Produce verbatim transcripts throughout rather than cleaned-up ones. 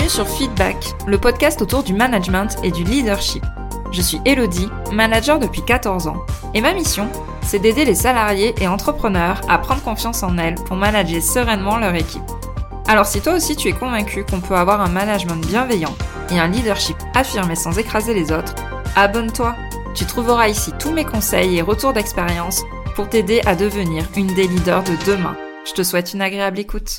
sur Feedback, le podcast autour du management et du leadership. Je suis Elodie, manager depuis quatorze ans, et ma mission, c'est d'aider les salariés et entrepreneurs à prendre confiance en elles pour manager sereinement leur équipe. Alors si toi aussi tu es convaincu qu'on peut avoir un management bienveillant et un leadership affirmé sans écraser les autres, abonne-toi. Tu trouveras ici tous mes conseils et retours d'expérience pour t'aider à devenir une des leaders de demain. Je te souhaite une agréable écoute.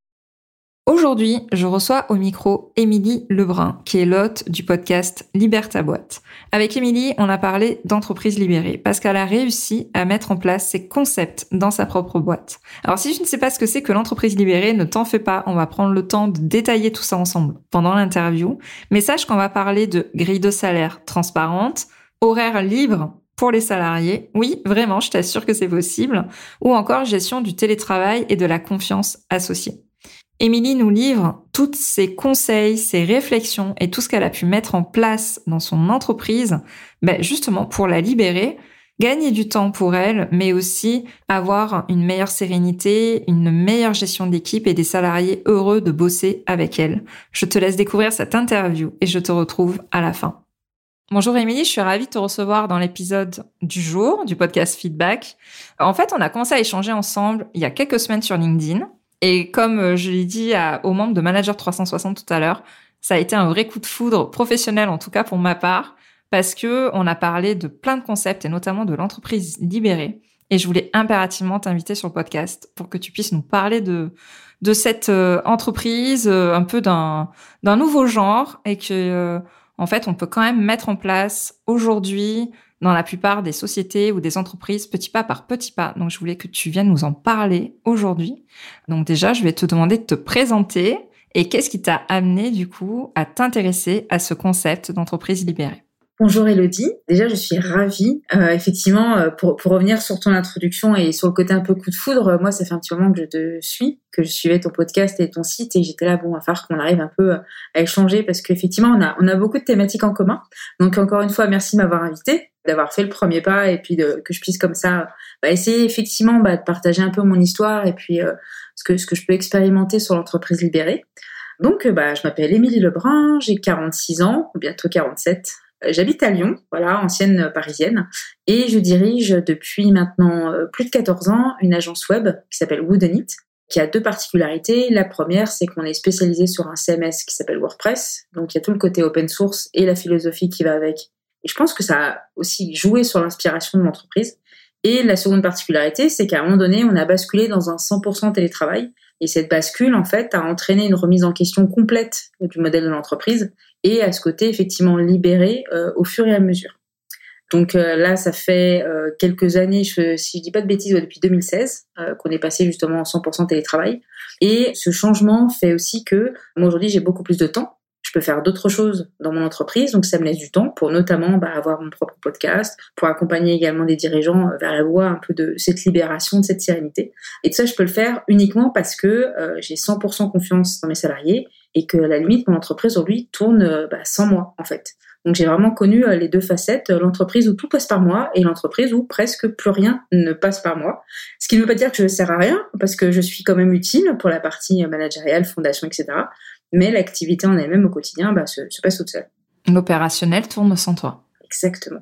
Aujourd'hui, je reçois au micro Émilie Lebrun, qui est l'hôte du podcast Libère ta boîte. Avec Émilie, on a parlé d'entreprise libérée, parce qu'elle a réussi à mettre en place ses concepts dans sa propre boîte. Alors si je ne sais pas ce que c'est que l'entreprise libérée, ne t'en fais pas, on va prendre le temps de détailler tout ça ensemble pendant l'interview. Mais sache qu'on va parler de grille de salaire transparente, horaire libre pour les salariés, oui, vraiment, je t'assure que c'est possible, ou encore gestion du télétravail et de la confiance associée. Émilie nous livre tous ses conseils, ses réflexions et tout ce qu'elle a pu mettre en place dans son entreprise, ben justement pour la libérer, gagner du temps pour elle, mais aussi avoir une meilleure sérénité, une meilleure gestion d'équipe et des salariés heureux de bosser avec elle. Je te laisse découvrir cette interview et je te retrouve à la fin. Bonjour Émilie, je suis ravie de te recevoir dans l'épisode du jour du podcast Feedback. En fait, on a commencé à échanger ensemble il y a quelques semaines sur LinkedIn. Et comme je l'ai dit à, aux membres de Manager trois cent soixante tout à l'heure, ça a été un vrai coup de foudre professionnel, en tout cas pour ma part, parce que on a parlé de plein de concepts et notamment de l'entreprise libérée. Et je voulais impérativement t'inviter sur le podcast pour que tu puisses nous parler de de cette euh, entreprise, euh, un peu d'un d'un nouveau genre, et que euh, en fait on peut quand même mettre en place aujourd'hui dans la plupart des sociétés ou des entreprises, petit pas par petit pas. Donc, je voulais que tu viennes nous en parler aujourd'hui. Donc, déjà, je vais te demander de te présenter et qu'est-ce qui t'a amené, du coup, à t'intéresser à ce concept d'entreprise libérée. Bonjour Elodie, déjà je suis ravie. Euh, effectivement, euh, pour, pour revenir sur ton introduction et sur le côté un peu coup de foudre, euh, moi ça fait un petit moment que je te suis, que je suivais ton podcast et ton site et j'étais là, bon, il va falloir qu'on arrive un peu à échanger parce qu'effectivement on a, on a beaucoup de thématiques en commun. Donc encore une fois, merci de m'avoir invitée, d'avoir fait le premier pas et puis de, que je puisse comme ça bah, essayer effectivement bah, de partager un peu mon histoire et puis euh, ce, que, ce que je peux expérimenter sur l'entreprise libérée. Donc bah, je m'appelle Émilie Lebrun, j'ai quarante-six ans, bientôt quarante-sept. J'habite à Lyon, voilà, ancienne parisienne, et je dirige depuis maintenant plus de quatorze ans une agence web qui s'appelle Woodenit, qui a deux particularités. La première, c'est qu'on est spécialisé sur un C M S qui s'appelle WordPress, donc il y a tout le côté open source et la philosophie qui va avec. Et je pense que ça a aussi joué sur l'inspiration de l'entreprise. Et la seconde particularité, c'est qu'à un moment donné, on a basculé dans un cent pour cent télétravail. Et cette bascule, en fait, a entraîné une remise en question complète du modèle de l'entreprise et à ce côté, effectivement, libéré euh, au fur et à mesure. Donc euh, là, ça fait euh, quelques années, je, si je dis pas de bêtises, ouais, depuis deux mille seize, euh, qu'on est passé justement en cent pour cent télétravail. Et ce changement fait aussi que, moi, aujourd'hui, j'ai beaucoup plus de temps. Je peux faire d'autres choses dans mon entreprise, donc ça me laisse du temps pour notamment bah, avoir mon propre podcast, pour accompagner également des dirigeants vers la voie un peu de cette libération, de cette sérénité. Et tout ça, je peux le faire uniquement parce que euh, j'ai cent pour cent confiance dans mes salariés et que à la limite, mon entreprise aujourd'hui tourne euh, bah, sans moi en fait. Donc j'ai vraiment connu euh, les deux facettes, euh, l'entreprise où tout passe par moi et l'entreprise où presque plus rien ne passe par moi. Ce qui ne veut pas dire que je ne sers à rien, parce que je suis quand même utile pour la partie managériale, fondation, et cetera. Mais l'activité en elle-même au quotidien bah, se, se passe toute seule. L'opérationnel tourne sans toi. Exactement.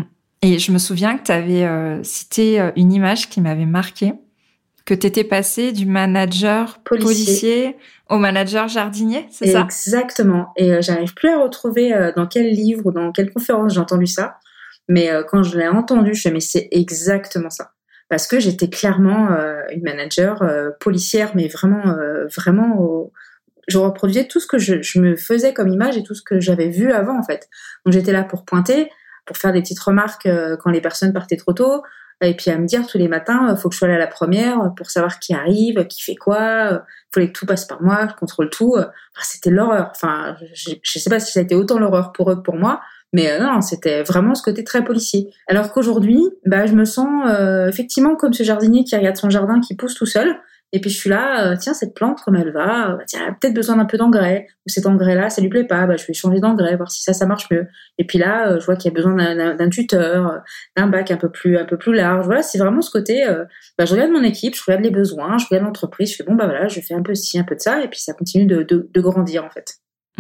Et je me souviens que tu avais euh, cité une image qui m'avait marquée, que tu étais passé du manager policier. policier au manager jardinier, c'est et ça? Exactement. Et euh, j'arrive plus à retrouver euh, dans quel livre ou dans quelle conférence j'ai entendu ça. Mais euh, quand je l'ai entendu, je me suis dit, mais c'est exactement ça. Parce que j'étais clairement euh, une manager euh, policière, mais vraiment, euh, vraiment... Au... je reproduisais tout ce que je, je me faisais comme image et tout ce que j'avais vu avant, en fait. Donc, j'étais là pour pointer, pour faire des petites remarques euh, quand les personnes partaient trop tôt, et puis à me dire tous les matins, il faut que je sois là la première pour savoir qui arrive, qui fait quoi, il fallait que tout passe par moi, je contrôle tout. Enfin, c'était l'horreur. Enfin, je, je sais pas si ça a été autant l'horreur pour eux que pour moi, mais euh, non, c'était vraiment ce côté très policier. Alors qu'aujourd'hui, bah, je me sens euh, effectivement comme ce jardinier qui regarde son jardin qui pousse tout seul. Et puis je suis là, euh, tiens, cette plante, comme elle va, bah, tiens, elle a peut-être besoin d'un peu d'engrais. Ou cet engrais-là, ça lui plaît pas, bah, je vais changer d'engrais, voir si ça, ça marche mieux. Et puis là, euh, je vois qu'il y a besoin d'un, d'un, d'un tuteur, euh, d'un bac un peu plus, un peu plus large. Voilà, c'est vraiment ce côté, euh, bah, je regarde mon équipe, je regarde les besoins, je regarde l'entreprise, je fais bon, bah voilà, je fais un peu ci, un peu de ça, et puis ça continue de, de, de grandir, en fait.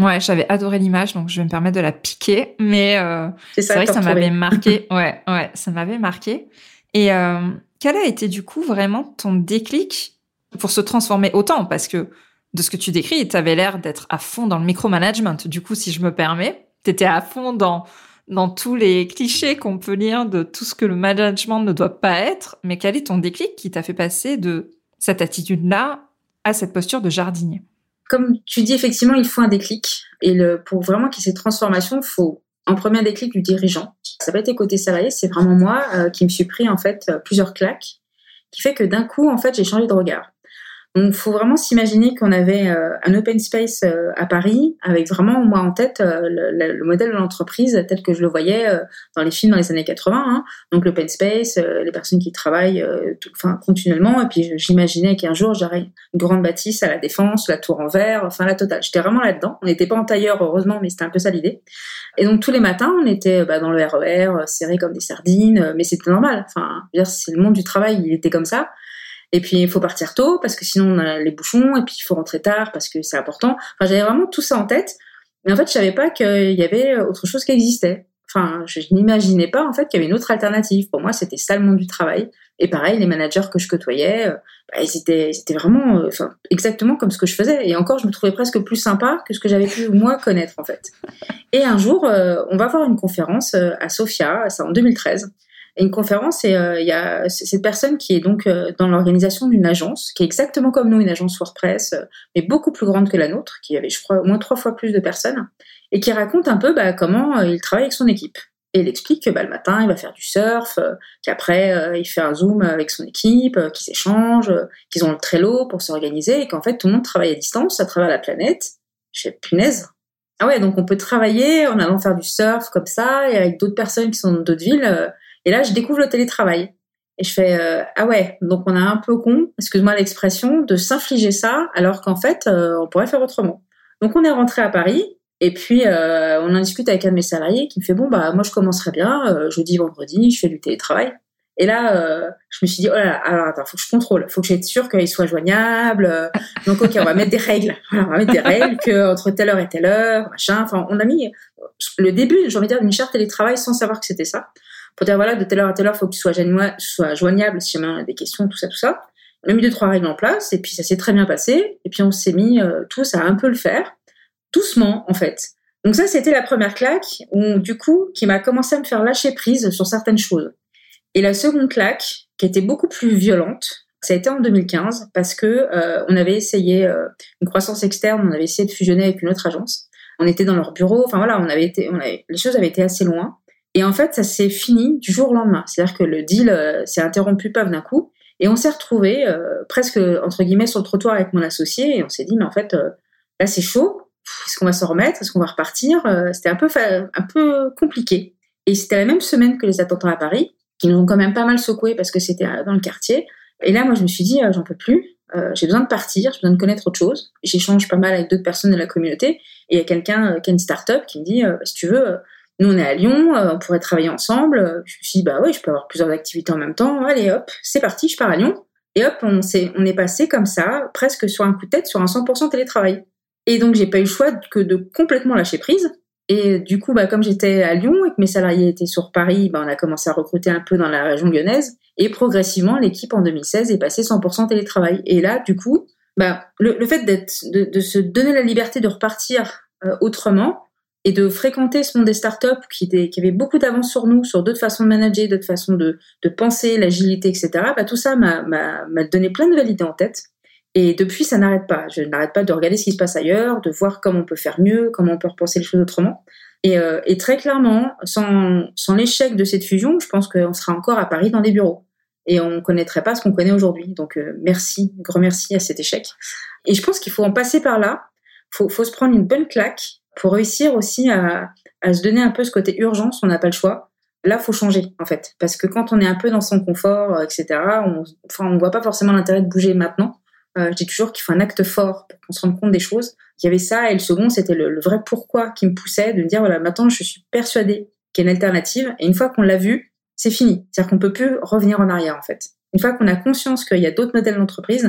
Ouais, j'avais adoré l'image, donc je vais me permettre de la piquer. Mais euh, c'est, ça, c'est vrai que ça m'avait marqué. Ouais, ouais, ça m'avait marqué. Et euh, quel a été du coup vraiment ton déclic pour se transformer autant? Parce que de ce que tu décris, tu avais l'air d'être à fond dans le micromanagement. Du coup, si je me permets, tu étais à fond dans... dans tous les clichés qu'on peut lire de tout ce que le management ne doit pas être, mais quel est ton déclic qui t'a fait passer de cette attitude-là à cette posture de jardinier? Comme tu dis, effectivement, il faut un déclic. Et le, pour vraiment qu'il y ait cette transformation, il faut un premier déclic du dirigeant. Ça n'a pas été côté salarié, c'est vraiment moi euh, qui me suis pris en fait euh, plusieurs claques, qui fait que d'un coup, en fait, j'ai changé de regard. Donc, il faut vraiment s'imaginer qu'on avait euh, un open space euh, à Paris, avec vraiment, moi, en tête, euh, le, le, le modèle de l'entreprise tel que je le voyais euh, dans les films dans les années quatre-vingts. Hein. Donc, l'open space, euh, les personnes qui travaillent euh, tout, enfin, continuellement. Et puis, j'imaginais qu'un jour, j'aurais une grande bâtisse à la Défense, la tour en verre, enfin, la totale. J'étais vraiment là-dedans. On n'était pas en tailleur, heureusement, mais c'était un peu ça l'idée. Et donc, tous les matins, on était bah, dans le R E R, serrés comme des sardines, mais c'était normal. Enfin, je veux dire, c'est le monde du travail, il était comme ça. Et puis, il faut partir tôt, parce que sinon, on a les bouchons, et puis il faut rentrer tard, parce que c'est important. Enfin, j'avais vraiment tout ça en tête. Mais en fait, je savais pas qu'il y avait autre chose qui existait. Enfin, je, je n'imaginais pas, en fait, qu'il y avait une autre alternative. Pour moi, c'était ça le monde du travail. Et pareil, les managers que je côtoyais, euh, bah, ils étaient, ils étaient vraiment, euh, enfin, exactement comme ce que je faisais. Et encore, je me trouvais presque plus sympa que ce que j'avais pu, moi, connaître, en fait. Et un jour, euh, on va voir une conférence euh, à Sofia, c'est en deux mille treize. Et une conférence, et euh, il y a cette personne qui est donc euh, dans l'organisation d'une agence, qui est exactement comme nous, une agence WordPress, euh, mais beaucoup plus grande que la nôtre, qui avait, je crois, au moins trois fois plus de personnes, et qui raconte un peu bah, comment euh, il travaille avec son équipe. Et il explique que bah, le matin, il va faire du surf, euh, qu'après, euh, il fait un Zoom avec son équipe, euh, qu'ils échangent, euh, qu'ils ont le Trello pour s'organiser, et qu'en fait, tout le monde travaille à distance, à travers la planète. Je fais punaise. Ah ouais, donc on peut travailler en allant faire du surf comme ça, et avec d'autres personnes qui sont dans d'autres villes. Euh, Et là, je découvre le télétravail. Et je fais, euh, ah ouais, donc on a un peu con, excuse-moi l'expression, de s'infliger ça, alors qu'en fait, euh, on pourrait faire autrement. Donc on est rentré à Paris, et puis euh, on en discute avec un de mes salariés qui me fait, bon, bah moi je commencerai bien, euh, jeudi, vendredi, je fais du télétravail. Et là, euh, je me suis dit, oh là là, alors attends, faut que je contrôle, faut que je sois sûr qu'il soit joignable. Euh, donc ok, on va mettre des règles, voilà, on va mettre des règles que entre telle heure et telle heure, machin. Enfin, on a mis le début, j'ai envie de dire, d'une charte télétravail sans savoir que c'était ça. Pour dire, voilà, de telle heure à telle heure, il faut que tu sois, joigna- sois joignable si jamais on a des questions, tout ça, tout ça. On a mis deux, trois règles en place, et puis ça s'est très bien passé. Et puis on s'est mis euh, tous à un peu le faire, doucement, en fait. Donc ça, c'était la première claque, où, du coup, qui m'a commencé à me faire lâcher prise sur certaines choses. Et la seconde claque, qui était beaucoup plus violente, ça a été en deux mille quinze, parce que euh, on avait essayé euh, une croissance externe, on avait essayé de fusionner avec une autre agence. On était dans leur bureau, enfin voilà, on avait été, on avait, les choses avaient été assez loin. Et en fait, ça s'est fini du jour au lendemain. C'est-à-dire que le deal euh, s'est interrompu paf d'un coup. Et on s'est retrouvés euh, presque, entre guillemets, sur le trottoir avec mon associé. Et on s'est dit, mais en fait, euh, là, c'est chaud. Est-ce qu'on va s'en remettre? Est-ce qu'on va repartir? euh, C'était un peu, fa- un peu compliqué. Et c'était la même semaine que les attentats à Paris, qui nous ont quand même pas mal secoués parce que c'était dans le quartier. Et là, moi, je me suis dit, euh, j'en peux plus. Euh, j'ai besoin de partir, j'ai besoin de connaître autre chose. J'échange pas mal avec d'autres personnes de la communauté. Et il y a quelqu'un euh, qui a une start-up qui me dit, euh, si tu veux... Euh, nous, on est à Lyon, euh, on pourrait travailler ensemble. Je me suis dit, bah oui, je peux avoir plusieurs activités en même temps. Allez, hop, c'est parti, je pars à Lyon. Et hop, on, s'est, on est passé comme ça, presque sur un coup de tête, sur un cent pour cent télétravail. Et donc, j'ai pas eu le choix que de complètement lâcher prise. Et du coup, bah, comme j'étais à Lyon et que mes salariés étaient sur Paris, bah, on a commencé à recruter un peu dans la région lyonnaise. Et progressivement, l'équipe en deux mille seize est passée cent pour cent télétravail. Et là, du coup, bah, le, le fait d'être, de, de se donner la liberté de repartir euh, autrement, et de fréquenter ce monde des startups qui, était, qui avait beaucoup d'avance sur nous, sur d'autres façons de manager, d'autres façons de, de penser, l'agilité, et cetera, bah, tout ça m'a, m'a, m'a donné plein de nouvelles idées en tête. Et depuis, ça n'arrête pas. Je n'arrête pas de regarder ce qui se passe ailleurs, de voir comment on peut faire mieux, comment on peut repenser les choses autrement. Et, euh, et très clairement, sans, sans l'échec de cette fusion, je pense qu'on sera encore à Paris dans des bureaux. Et on ne connaîtrait pas ce qu'on connaît aujourd'hui. Donc euh, merci, grand merci à cet échec. Et je pense qu'il faut en passer par là. Il faut, faut se prendre une bonne claque pour réussir aussi à, à se donner un peu ce côté urgence, on n'a pas le choix. Là, faut changer, en fait. Parce que quand on est un peu dans son confort, et cetera, on, enfin, on voit pas forcément l'intérêt de bouger maintenant. Euh, je dis toujours qu'il faut un acte fort pour qu'on se rende compte des choses. Il y avait ça, et le second, c'était le, le vrai pourquoi qui me poussait de me dire, voilà, maintenant, je suis persuadée qu'il y a une alternative, et une fois qu'on l'a vu, c'est fini. C'est-à-dire qu'on peut plus revenir en arrière, en fait. Une fois qu'on a conscience qu'il y a d'autres modèles d'entreprise,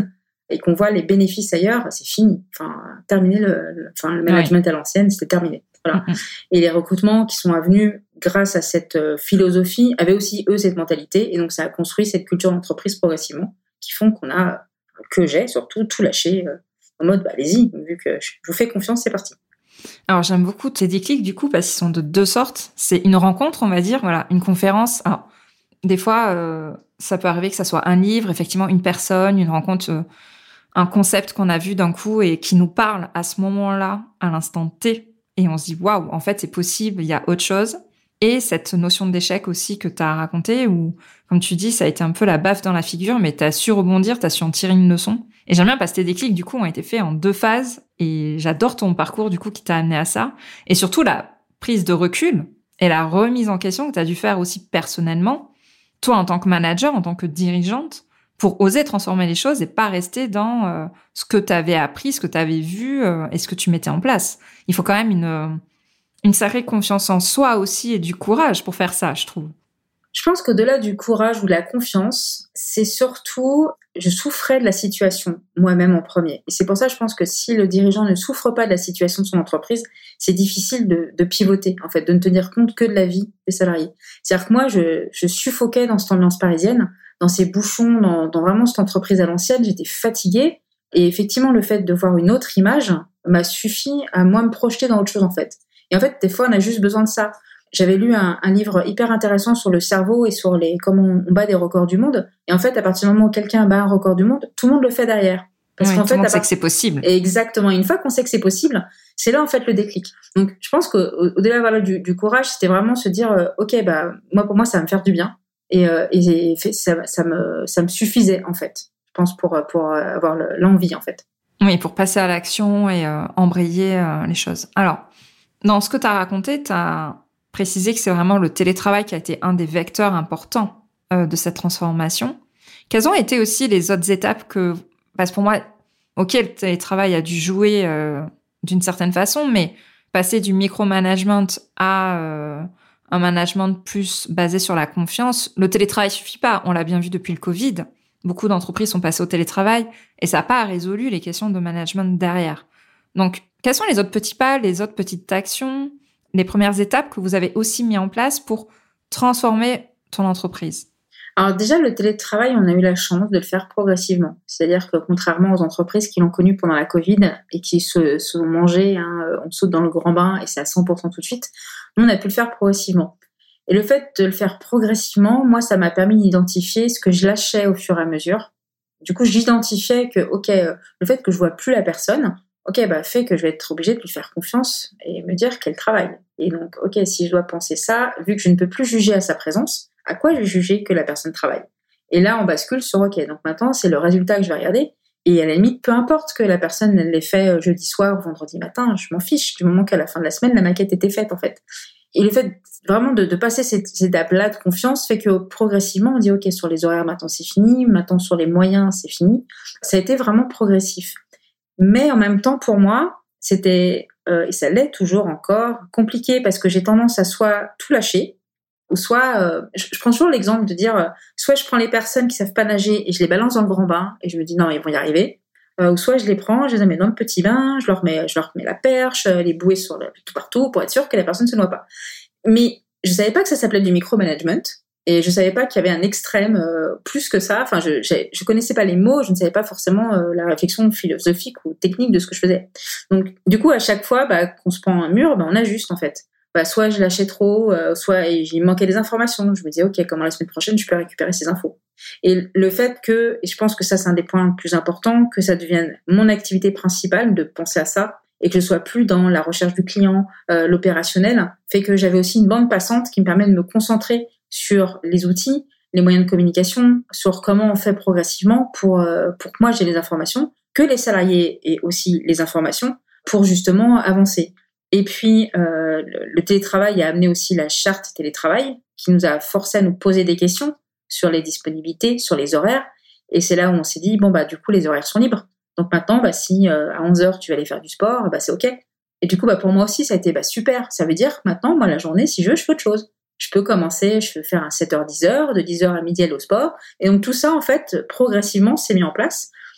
et qu'on voit les bénéfices ailleurs, c'est fini. Enfin, terminé le, le, enfin, le management oui. à l'ancienne, c'était terminé. Voilà. Mm-hmm. Et les recrutements qui sont venus grâce à cette euh, philosophie avaient aussi, eux, cette mentalité. Et donc, ça a construit cette culture d'entreprise progressivement qui font qu'on a, que j'ai surtout, tout lâché euh, en mode, bah, allez-y, vu que je vous fais confiance, c'est parti. Alors, j'aime beaucoup tes déclics, du coup, parce qu'ils sont de deux sortes. C'est une rencontre, on va dire, voilà, une conférence. Alors, des fois, euh, ça peut arriver que ça soit un livre, effectivement, une personne, une rencontre, euh, un concept qu'on a vu d'un coup et qui nous parle à ce moment-là, à l'instant T. Et on se dit, waouh, en fait, c'est possible, il y a autre chose. Et cette notion d'échec aussi que tu as racontée, où, comme tu dis, ça a été un peu la baffe dans la figure, mais tu as su rebondir, tu as su en tirer une leçon. Et j'aime bien parce que tes déclics, du coup, ont été faits en deux phases. Et j'adore ton parcours, du coup, qui t'a amené à ça. Et surtout, la prise de recul et la remise en question que tu as dû faire aussi personnellement, toi, en tant que manager, en tant que dirigeante, pour oser transformer les choses et pas rester dans euh, ce que tu avais appris, ce que tu avais vu euh, et ce que tu mettais en place. Il faut quand même une, euh, une sacrée confiance en soi aussi et du courage pour faire ça, je trouve. Je pense qu'au-delà du courage ou de la confiance, c'est surtout, je souffrais de la situation moi-même en premier. Et c'est pour ça, je pense que si le dirigeant ne souffre pas de la situation de son entreprise, c'est difficile de, de pivoter, en fait, de ne tenir compte que de la vie des salariés. C'est-à-dire que moi, je, je suffoquais dans cette ambiance parisienne, dans ces bouchons, dans, dans vraiment cette entreprise à l'ancienne, j'étais fatiguée. Et effectivement, le fait de voir une autre image m'a suffi à moi me projeter dans autre chose, en fait. Et en fait, des fois, on a juste besoin de ça. J'avais lu un, un livre hyper intéressant sur le cerveau et sur les comment on, on bat des records du monde. Et en fait, à partir du moment où quelqu'un bat un record du monde, tout le monde le fait derrière. Parce oui, qu'en tout fait, le monde sait part... que c'est possible. Exactement. Une fois qu'on sait que c'est possible, c'est là en fait le déclic. Donc, je pense qu'au-delà voilà, du, du courage, c'était vraiment se dire, euh, ok, bah moi pour moi ça va me faire du bien et, euh, et ça, ça me ça me suffisait en fait. Je pense pour pour avoir le, l'envie en fait. Oui, pour passer à l'action et euh, embrayer euh, les choses. Alors, dans ce que tu as raconté, tu as précisé que c'est vraiment le télétravail qui a été un des vecteurs importants euh, de cette transformation. Quelles ont été aussi les autres étapes que... Parce que pour moi, ok, le télétravail a dû jouer euh, d'une certaine façon, mais passer du micromanagement à euh, un management plus basé sur la confiance, le télétravail suffit pas. On l'a bien vu depuis le Covid. Beaucoup d'entreprises sont passées au télétravail et ça n'a pas résolu les questions de management derrière. Donc, quels sont les autres petits pas, les autres petites actions, les premières étapes que vous avez aussi mis en place pour transformer ton entreprise? Alors déjà, le télétravail, on a eu la chance de le faire progressivement. C'est-à-dire que contrairement aux entreprises qui l'ont connu pendant la Covid et qui se sont mangées, hein, on saute dans le grand bain et c'est à cent pour cent tout de suite, nous, on a pu le faire progressivement. Et le fait de le faire progressivement, moi, ça m'a permis d'identifier ce que je lâchais au fur et à mesure. Du coup, j'identifiais que, ok, le fait que je vois plus la personne, ok, bah, fait que je vais être obligée de lui faire confiance et me dire qu'elle travaille. Et donc, ok, si je dois penser ça, vu que je ne peux plus juger à sa présence, à quoi je vais juger que la personne travaille? Et là, on bascule sur, ok, donc maintenant, c'est le résultat que je vais regarder. Et à la limite, peu importe que la personne elle l'ait fait jeudi soir ou vendredi matin, je m'en fiche, du moment qu'à la fin de la semaine, la maquette était faite, en fait. Et le fait vraiment de, de passer cette, cette étape-là de confiance fait que progressivement, on dit, ok, sur les horaires, maintenant, c'est fini. Maintenant, sur les moyens, c'est fini. Ça a été vraiment progressif. Mais en même temps, pour moi, c'était, euh, et ça l'est toujours encore, compliqué parce que j'ai tendance à soit tout lâcher, ou soit, euh, je, je prends toujours l'exemple de dire, euh, soit je prends les personnes qui savent pas nager et je les balance dans le grand bain et je me dis non, ils vont y arriver, euh, ou soit je les prends, je les mets dans le petit bain, je leur mets, je leur mets la perche, les bouées sur le, tout partout pour être sûr que la personne se noie pas. Mais je savais pas que ça s'appelait du micromanagement. Et je savais pas qu'il y avait un extrême euh, plus que ça. Enfin, je, je je connaissais pas les mots, je ne savais pas forcément euh, la réflexion philosophique ou technique de ce que je faisais. Donc, du coup, à chaque fois, bah, qu'on se prend un mur, bah, on ajuste en fait. Bah, soit je lâchais trop, euh, soit il manquait des informations. Je me disais, ok, comment la semaine prochaine je peux récupérer ces infos. Et le fait que, et je pense que ça c'est un des points les plus importants, que ça devienne mon activité principale de penser à ça, et que je sois plus dans la recherche du client, euh, l'opérationnel, fait que j'avais aussi une bande passante qui me permet de me concentrer sur les outils, les moyens de communication, sur comment on fait progressivement pour, euh, pour que moi j'ai les informations, que les salariés aient aussi les informations pour justement avancer. Et puis, euh, le, le télétravail a amené aussi la charte télétravail qui nous a forcé à nous poser des questions sur les disponibilités, sur les horaires. Et c'est là où on s'est dit, bon, bah, du coup, les horaires sont libres. Donc maintenant, bah, si euh, à onze heures, tu vas aller faire du sport, bah, c'est OK. Et du coup, bah, pour moi aussi, ça a été bah, super. Ça veut dire maintenant, moi, la journée, si je veux, je fais autre chose. Je peux commencer, je peux faire un sept heures dix heures, de dix heures à midi aller au sport. Et donc tout ça, en fait, progressivement, s'est mis en place.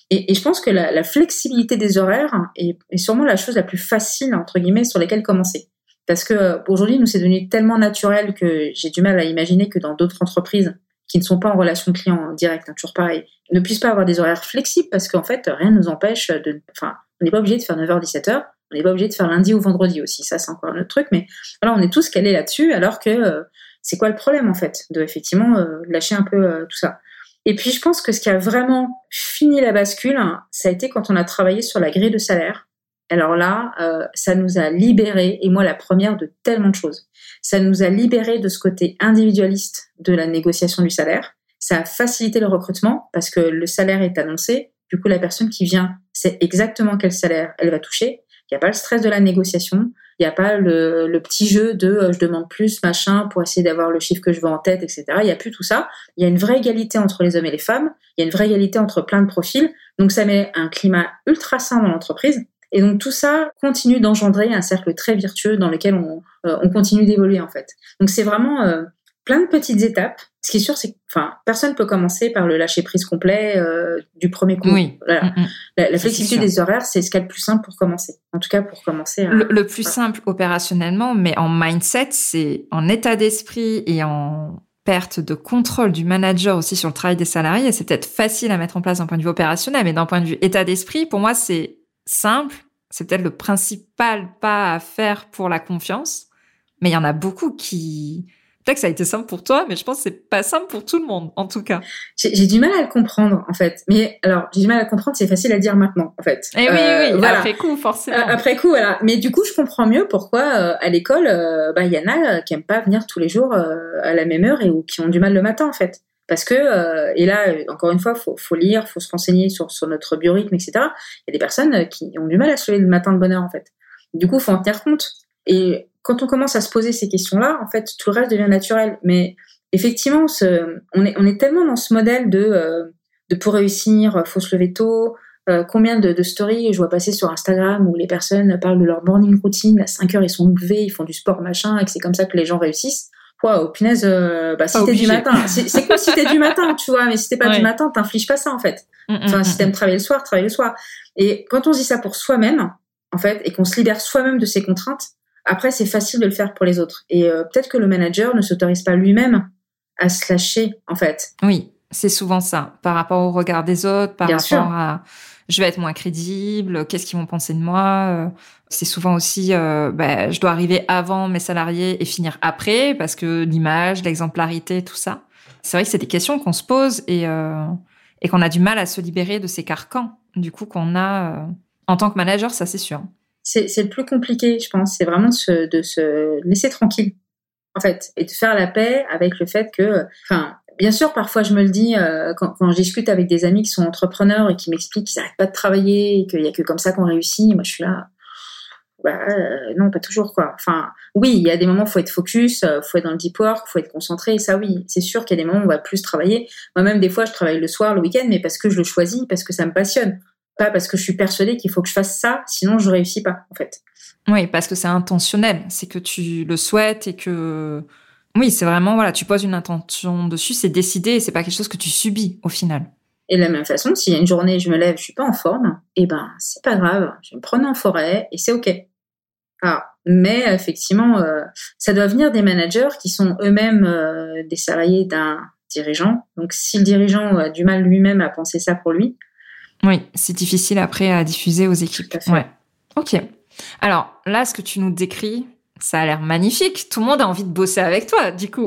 Et, et je pense que la, la flexibilité des horaires est, est sûrement la chose la plus facile, entre guillemets, sur laquelle commencer. Parce que euh, aujourd'hui, nous, c'est devenu tellement naturel que j'ai du mal à imaginer que dans d'autres entreprises qui ne sont pas en relation client directe, hein, toujours pareil, ne puissent pas avoir des horaires flexibles parce qu'en fait, rien ne nous empêche de... Enfin, on n'est pas obligé de faire neuf heures dix-sept heures, on n'est pas obligé de faire lundi ou vendredi aussi, ça c'est encore un autre truc, mais voilà, on est tous calés là-dessus, alors que euh, c'est quoi le problème en fait, de effectivement euh, lâcher un peu euh, tout ça. Et puis je pense que ce qui a vraiment fini la bascule, hein, ça a été quand on a travaillé sur la grille de salaire. Alors là, euh, ça nous a libérés, et moi la première, de tellement de choses. Ça nous a libérés de ce côté individualiste de la négociation du salaire. Ça a facilité le recrutement parce que le salaire est annoncé. Du coup, la personne qui vient sait exactement quel salaire elle va toucher. Il n'y a pas le stress de la négociation. Il n'y a pas le, le petit jeu de euh, je demande plus, machin, pour essayer d'avoir le chiffre que je veux en tête, et cetera. Il n'y a plus tout ça. Il y a une vraie égalité entre les hommes et les femmes. Il y a une vraie égalité entre plein de profils. Donc, ça met un climat ultra sain dans l'entreprise. Et donc, tout ça continue d'engendrer un cercle très vertueux dans lequel on, euh, on continue d'évoluer, en fait. Donc, c'est vraiment euh, plein de petites étapes. Ce qui est sûr, c'est que enfin, personne ne peut commencer par le lâcher-prise complet euh, du premier coup. Oui. Voilà. Mm-hmm. La, la flexibilité des horaires, c'est ce qu'il y a le plus simple pour commencer. En tout cas, pour commencer. À... Le, le plus simple opérationnellement, mais en mindset, c'est en état d'esprit et en perte de contrôle du manager aussi sur le travail des salariés. C'est peut-être facile à mettre en place d'un point de vue opérationnel, mais d'un point de vue état d'esprit, pour moi, c'est simple. C'est peut-être le principal pas à faire pour la confiance. Mais il y en a beaucoup qui... Peut-être que ça a été simple pour toi, mais je pense que c'est pas simple pour tout le monde, en tout cas. J'ai, j'ai du mal à le comprendre, en fait. Mais alors, j'ai du mal à le comprendre, c'est facile à dire maintenant, en fait. Et euh, oui, oui, voilà. Après coup, forcément. Euh, après coup, voilà. Mais du coup, je comprends mieux pourquoi, euh, à l'école, euh, bah, y en a qui aiment pas venir tous les jours euh, à la même heure et ou qui ont du mal le matin, en fait. Parce que, euh, et là, encore une fois, faut, faut lire, faut se renseigner sur, sur notre biorhythme, et cetera. Il y a des personnes qui ont du mal à se lever le matin de bonne heure, en fait. Du coup, faut en tenir compte. Et quand on commence à se poser ces questions-là, en fait, tout le reste devient naturel. Mais effectivement, ce, on est, on est tellement dans ce modèle de, euh, de pour réussir, faut se lever tôt. Euh, combien de, de stories je vois passer sur Instagram où les personnes parlent de leur morning routine, à cinq heures ils sont levés, ils font du sport machin, et que c'est comme ça que les gens réussissent. Waouh, punaise, euh, bah, si t'es du matin, c'est, c'est cool si t'es du matin, tu vois, mais si t'es pas ouais. du matin, t'infliges pas ça, en fait. Mm-hmm. Enfin, si t'aimes travailler le soir, travaille le soir. Et quand on dit ça pour soi-même, en fait, et qu'on se libère soi-même de ses contraintes, après, c'est facile de le faire pour les autres. Et euh, peut-être que le manager ne s'autorise pas lui-même à se lâcher, en fait. Oui, c'est souvent ça. Par rapport au regard des autres, par Bien rapport sûr. à je vais être moins crédible, qu'est-ce qu'ils vont penser de moi. C'est souvent aussi, euh, bah, je dois arriver avant mes salariés et finir après, parce que l'image, l'exemplarité, tout ça. C'est vrai que c'est des questions qu'on se pose et, euh, et qu'on a du mal à se libérer de ces carcans, du coup, qu'on a euh, en tant que manager, ça c'est sûr. C'est, c'est le plus compliqué, je pense. C'est vraiment de se, de se laisser tranquille, en fait, et de faire la paix avec le fait que, enfin, bien sûr, parfois je me le dis euh, quand, quand je discute avec des amis qui sont entrepreneurs et qui m'expliquent qu'ils n'arrêtent pas de travailler et qu'il y a que comme ça qu'on réussit. Moi, je suis là, bah euh, non, pas toujours quoi. Enfin, oui, il y a des moments où faut être focus, euh, faut être dans le deep work, faut être concentré. Ça, oui, c'est sûr qu'il y a des moments où on va plus travailler. Moi-même, des fois, je travaille le soir, le week-end, mais parce que je le choisis, parce que ça me passionne. Pas parce que je suis persuadée qu'il faut que je fasse ça, sinon je réussis pas, en fait. Oui, parce que c'est intentionnel. C'est que tu le souhaites et que... Oui, c'est vraiment, voilà, tu poses une intention dessus, c'est décidé et c'est pas quelque chose que tu subis, au final. Et de la même façon, s'il y a une journée, je me lève, je suis pas en forme, eh ben, c'est pas grave. Je vais me prendre en forêt et c'est OK. Alors, mais effectivement, euh, ça doit venir des managers qui sont eux-mêmes euh, des salariés d'un dirigeant. Donc, si le dirigeant a du mal lui-même à penser ça pour lui, oui, c'est difficile après à diffuser aux équipes. Ouais. Ok. Alors là, ce que tu nous décris, ça a l'air magnifique. Tout le monde a envie de bosser avec toi, du coup.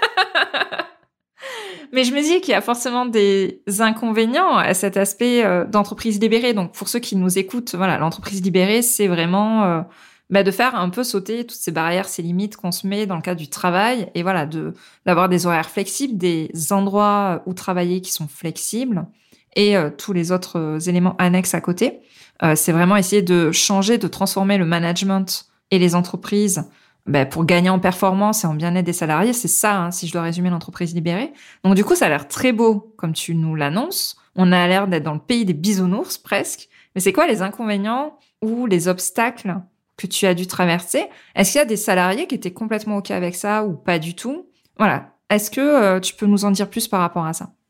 Mais je me dis qu'il y a forcément des inconvénients à cet aspect euh, d'entreprise libérée. Donc pour ceux qui nous écoutent, voilà, l'entreprise libérée, c'est vraiment euh, bah, de faire un peu sauter toutes ces barrières, ces limites qu'on se met dans le cadre du travail, et voilà, de d'avoir des horaires flexibles, des endroits où travailler qui sont flexibles. Et euh, tous les autres euh, éléments annexes à côté. Euh, c'est vraiment essayer de changer, de transformer le management et les entreprises ben, pour gagner en performance et en bien-être des salariés. C'est ça, hein, si je dois résumer l'entreprise libérée. Donc du coup, ça a l'air très beau, comme tu nous l'annonces. On a l'air d'être dans le pays des bisounours, presque. Mais c'est quoi les inconvénients ou les obstacles que tu as dû traverser? Est-ce qu'il y a des salariés qui étaient complètement OK avec ça ou pas du tout? Voilà. Est-ce que euh, tu peux nous en dire plus par rapport à ça?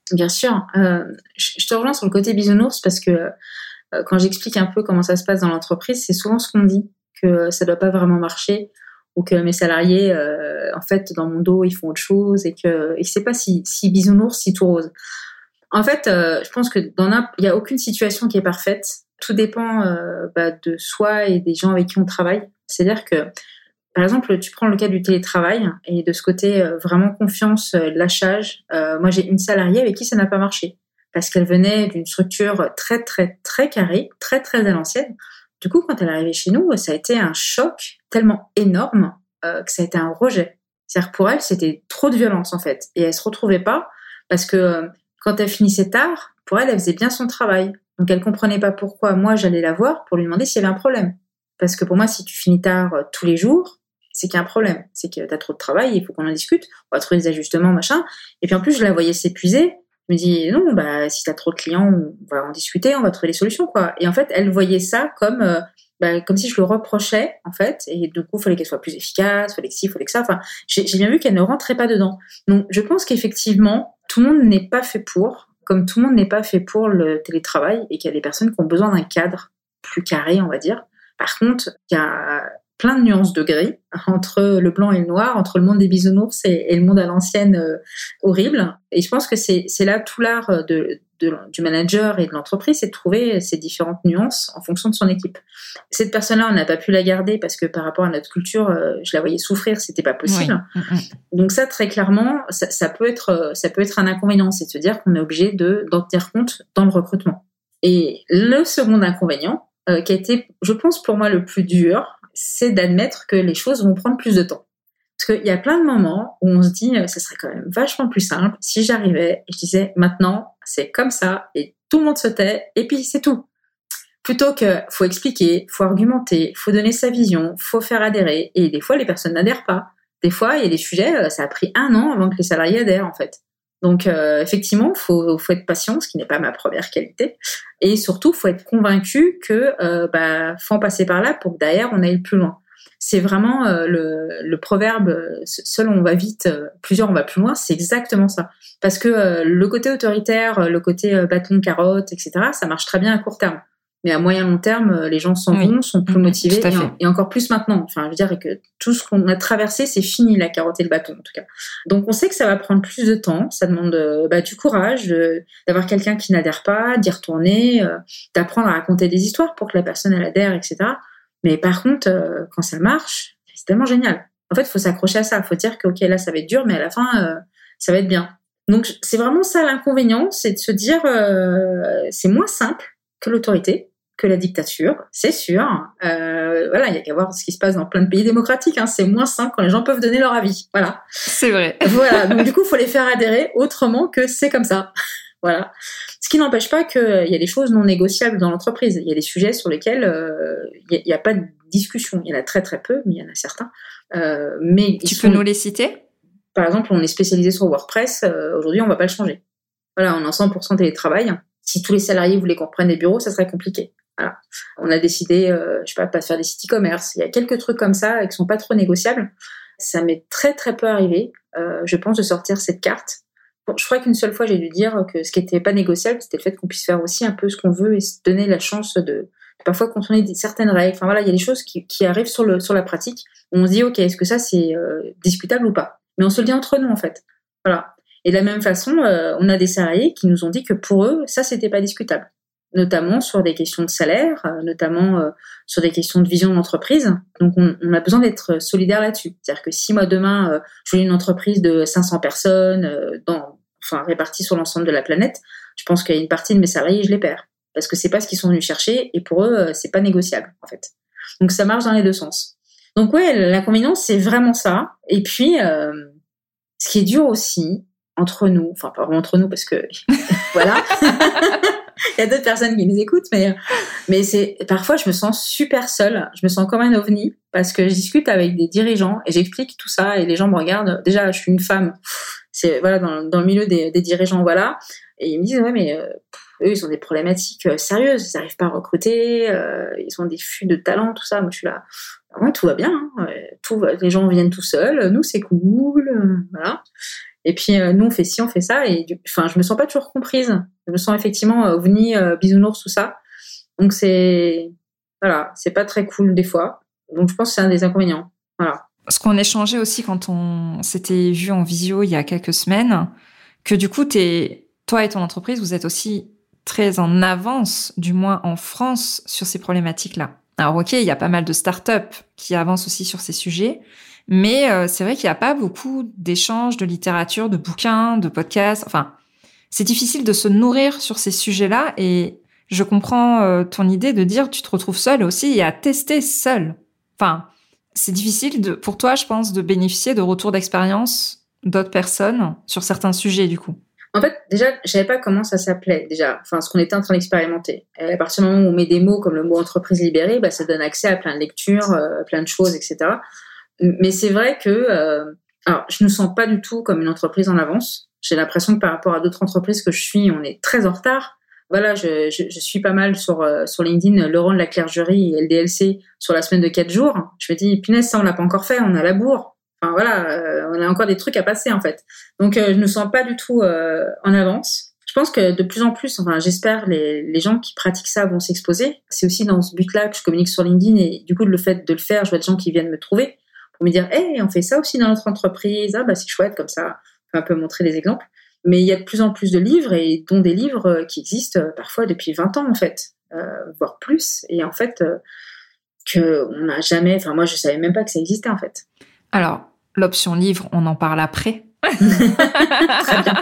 Bien sûr. Euh, je, je te rejoins sur le côté bisounours parce que euh, quand j'explique un peu comment ça se passe dans l'entreprise, c'est souvent ce qu'on me dit, que ça doit pas vraiment marcher ou que mes salariés, euh, en fait, dans mon dos, ils font autre chose et que, et que c'est pas si, si bisounours, si tout rose. En fait, euh, je pense que dans un, il y a aucune situation qui est parfaite. Tout dépend euh, bah, de soi et des gens avec qui on travaille. C'est-à-dire que, par exemple, tu prends le cas du télétravail et de ce côté euh, vraiment confiance, euh, lâchage. Euh, moi, j'ai une salariée avec qui ça n'a pas marché parce qu'elle venait d'une structure très, très, très carrée, très, très à l'ancienne. Du coup, quand elle est arrivée chez nous, ça a été un choc tellement énorme euh, que ça a été un rejet. C'est-à-dire que pour elle, c'était trop de violence, en fait. Et elle se retrouvait pas parce que euh, quand elle finissait tard, pour elle, elle faisait bien son travail. Donc, elle comprenait pas pourquoi moi, j'allais la voir pour lui demander s'il y avait un problème. Parce que pour moi, si tu finis tard euh, tous les jours, c'est qu'il y a un problème. C'est que tu as trop de travail, il faut qu'on en discute. On va trouver des ajustements, machin. Et puis, en plus, je la voyais s'épuiser. Je me dis, non, bah, si t'as trop de clients, on va en discuter, on va trouver des solutions, quoi. Et en fait, elle voyait ça comme, euh, bah, comme si je le reprochais, en fait. Et du coup, il fallait qu'elle soit plus efficace, fallait que ci, fallait que ça. Enfin, j'ai, j'ai bien vu qu'elle ne rentrait pas dedans. Donc, je pense qu'effectivement, tout le monde n'est pas fait pour, comme tout le monde n'est pas fait pour le télétravail et qu'il y a des personnes qui ont besoin d'un cadre plus carré, on va dire. Par contre, il y a plein de nuances de gris entre le blanc et le noir, entre le monde des bisounours et, et le monde à l'ancienne euh, horrible. Et je pense que c'est, c'est là tout l'art de, de, du manager et de l'entreprise, c'est de trouver ces différentes nuances en fonction de son équipe. Cette personne-là, on n'a pas pu la garder parce que par rapport à notre culture, euh, je la voyais souffrir, c'était pas possible. Oui. Donc ça, très clairement, ça, ça peut être, ça peut être un inconvénient, c'est de se dire qu'on est obligé de, d'en tenir compte dans le recrutement. Et le second inconvénient, euh, qui a été, je pense, pour moi le plus dur, c'est d'admettre que les choses vont prendre plus de temps. Parce qu'il y a plein de moments où on se dit, euh, ça serait quand même vachement plus simple si j'arrivais et je disais, maintenant, c'est comme ça, et tout le monde se tait, et puis c'est tout. Plutôt que, faut expliquer, faut argumenter, faut donner sa vision, faut faire adhérer, et des fois, les personnes n'adhèrent pas. Des fois, il y a des sujets, ça a pris un an avant que les salariés adhèrent, en fait. Donc, euh, effectivement, faut, faut être patient, ce qui n'est pas ma première qualité. Et surtout, faut être convaincu que, euh, bah, faut en passer par là pour que derrière, on aille plus loin. C'est vraiment euh, le, le proverbe « seul on va vite, euh, plusieurs on va plus loin », c'est exactement ça. Parce que euh, le côté autoritaire, le côté euh, bâton, carotte, et cetera, ça marche très bien à court terme. Mais à moyen long terme, les gens s'en vont, oui. sont plus motivés, et, en, et encore plus maintenant. Enfin, je veux dire que tout ce qu'on a traversé, c'est fini, la carotte et le bâton, en tout cas. Donc, on sait que ça va prendre plus de temps. Ça demande euh, bah, du courage, euh, d'avoir quelqu'un qui n'adhère pas, d'y retourner, euh, d'apprendre à raconter des histoires pour que la personne elle adhère, et cetera. Mais par contre, euh, quand ça marche, c'est tellement génial. En fait, il faut s'accrocher à ça. Il faut dire que, ok, là, ça va être dur, mais à la fin, euh, ça va être bien. Donc, c'est vraiment ça l'inconvénient, c'est de se dire, euh, c'est moins simple que l'autorité, que la dictature, c'est sûr. Euh, voilà, il y a qu'à voir ce qui se passe dans plein de pays démocratiques. Hein. C'est moins simple quand les gens peuvent donner leur avis. Voilà. C'est vrai. Voilà. Donc du coup, il faut les faire adhérer autrement que c'est comme ça. Voilà. Ce qui n'empêche pas qu'il y a des choses non négociables dans l'entreprise. Il y a des sujets sur lesquels euh, il n'y a, a pas de discussion. Il y en a très très peu, mais il y en a certains. Euh, mais tu sont... peux nous les citer ? Par exemple, on est spécialisé sur WordPress. Euh, aujourd'hui, on ne va pas le changer. Voilà, on est en cent pour cent télétravail. Si tous les salariés voulaient qu'on reprenne des bureaux, ça serait compliqué. Voilà. On a décidé, euh, je sais pas, pas de faire des sites e-commerce. Il y a quelques trucs comme ça qui sont pas trop négociables. Ça m'est très très peu arrivé, euh, je pense, de sortir cette carte. Bon, je crois qu'une seule fois, j'ai dû dire que ce qui était pas négociable, c'était le fait qu'on puisse faire aussi un peu ce qu'on veut et se donner la chance de parfois contourner certaines règles. Enfin voilà, il y a des choses qui, qui arrivent sur le sur la pratique. Où on se dit, ok, est-ce que ça c'est euh, discutable ou pas ? Mais on se le dit entre nous en fait. Voilà. Et de la même façon, euh, on a des salariés qui nous ont dit que pour eux, ça c'était pas discutable. Notamment sur des questions de salaire, euh, notamment euh, sur des questions de vision d'entreprise. Donc, on, on a besoin d'être solidaire là-dessus. C'est-à-dire que si moi, demain, euh, je veux une entreprise de cinq cents personnes, euh, dans, enfin, réparties sur l'ensemble de la planète, je pense qu'il y a une partie de mes salariés, je les perds. Parce que c'est pas ce qu'ils sont venus chercher, et pour eux, euh, c'est pas négociable, en fait. Donc, ça marche dans les deux sens. Donc, ouais, l'inconvénient, c'est vraiment ça. Et puis, euh, ce qui est dur aussi, entre nous, enfin, pas vraiment entre nous, parce que, voilà... Il y a d'autres personnes qui nous écoutent, mais, mais c'est, parfois, je me sens super seule. Je me sens comme un ovni parce que je discute avec des dirigeants et j'explique tout ça et les gens me regardent. Déjà, je suis une femme. C'est, voilà, dans, dans le milieu des, des dirigeants, voilà. Et ils me disent, ouais, mais, euh, eux, ils ont des problématiques euh, sérieuses. Ils n'arrivent pas à recruter. Euh, ils ont des flux de talent, tout ça. Moi, je suis là. Ouais, tout va bien. Hein. Tout va, les gens viennent tout seuls. Nous, c'est cool. Euh, voilà. Et puis, euh, nous, on fait ci, on fait ça. Et enfin, je me sens pas toujours comprise. Je me sens effectivement euh, ovni, euh, bisounours, tout ça. Donc, c'est, voilà, c'est pas très cool des fois. Donc, je pense que c'est un des inconvénients. Voilà. Ce qu'on échangeait aussi quand on s'était vu en visio il y a quelques semaines, que du coup, t'es, toi et ton entreprise, vous êtes aussi très en avance, du moins en France, sur ces problématiques-là. Alors, ok, il y a pas mal de startups qui avancent aussi sur ces sujets, mais euh, c'est vrai qu'il n'y a pas beaucoup d'échanges de littérature, de bouquins, de podcasts. Enfin, c'est difficile de se nourrir sur ces sujets-là et je comprends euh, ton idée de dire tu te retrouves seul aussi et à tester seul. Enfin, c'est difficile de, pour toi, je pense, de bénéficier de retours d'expérience d'autres personnes sur certains sujets, du coup. En fait, déjà, je savais pas comment ça s'appelait, déjà. Enfin, ce qu'on était en train d'expérimenter. Et à partir du moment où on met des mots comme le mot entreprise libérée, bah, ça donne accès à plein de lectures, euh, plein de choses, et cetera. Mais c'est vrai que, euh, alors, je ne sens pas du tout comme une entreprise en avance. J'ai l'impression que par rapport à d'autres entreprises que je suis, on est très en retard. Voilà, je, je, je suis pas mal sur, euh, sur LinkedIn, Laurent de la Clergerie et L D L C sur la semaine de quatre jours. Je me dis, punaise, ça, on l'a pas encore fait, on a la bourre. Enfin, voilà, euh, on a encore des trucs à passer, en fait. Donc, euh, je ne sens pas du tout euh, en avance. Je pense que de plus en plus, enfin, j'espère, les, les gens qui pratiquent ça vont s'exposer. C'est aussi dans ce but-là que je communique sur LinkedIn et du coup, le fait de le faire, je vois des gens qui viennent me trouver pour me dire, hey, on fait ça aussi dans notre entreprise. Ah, bah, c'est chouette, comme ça, on peut un peu montrer des exemples. Mais il y a de plus en plus de livres, et dont des livres qui existent parfois depuis vingt ans, en fait, euh, voire plus. Et en fait, euh, qu'on n'a jamais... Enfin, moi, je savais même pas que ça existait, en fait. Alors, l'option livre, on en parle après. Très bien.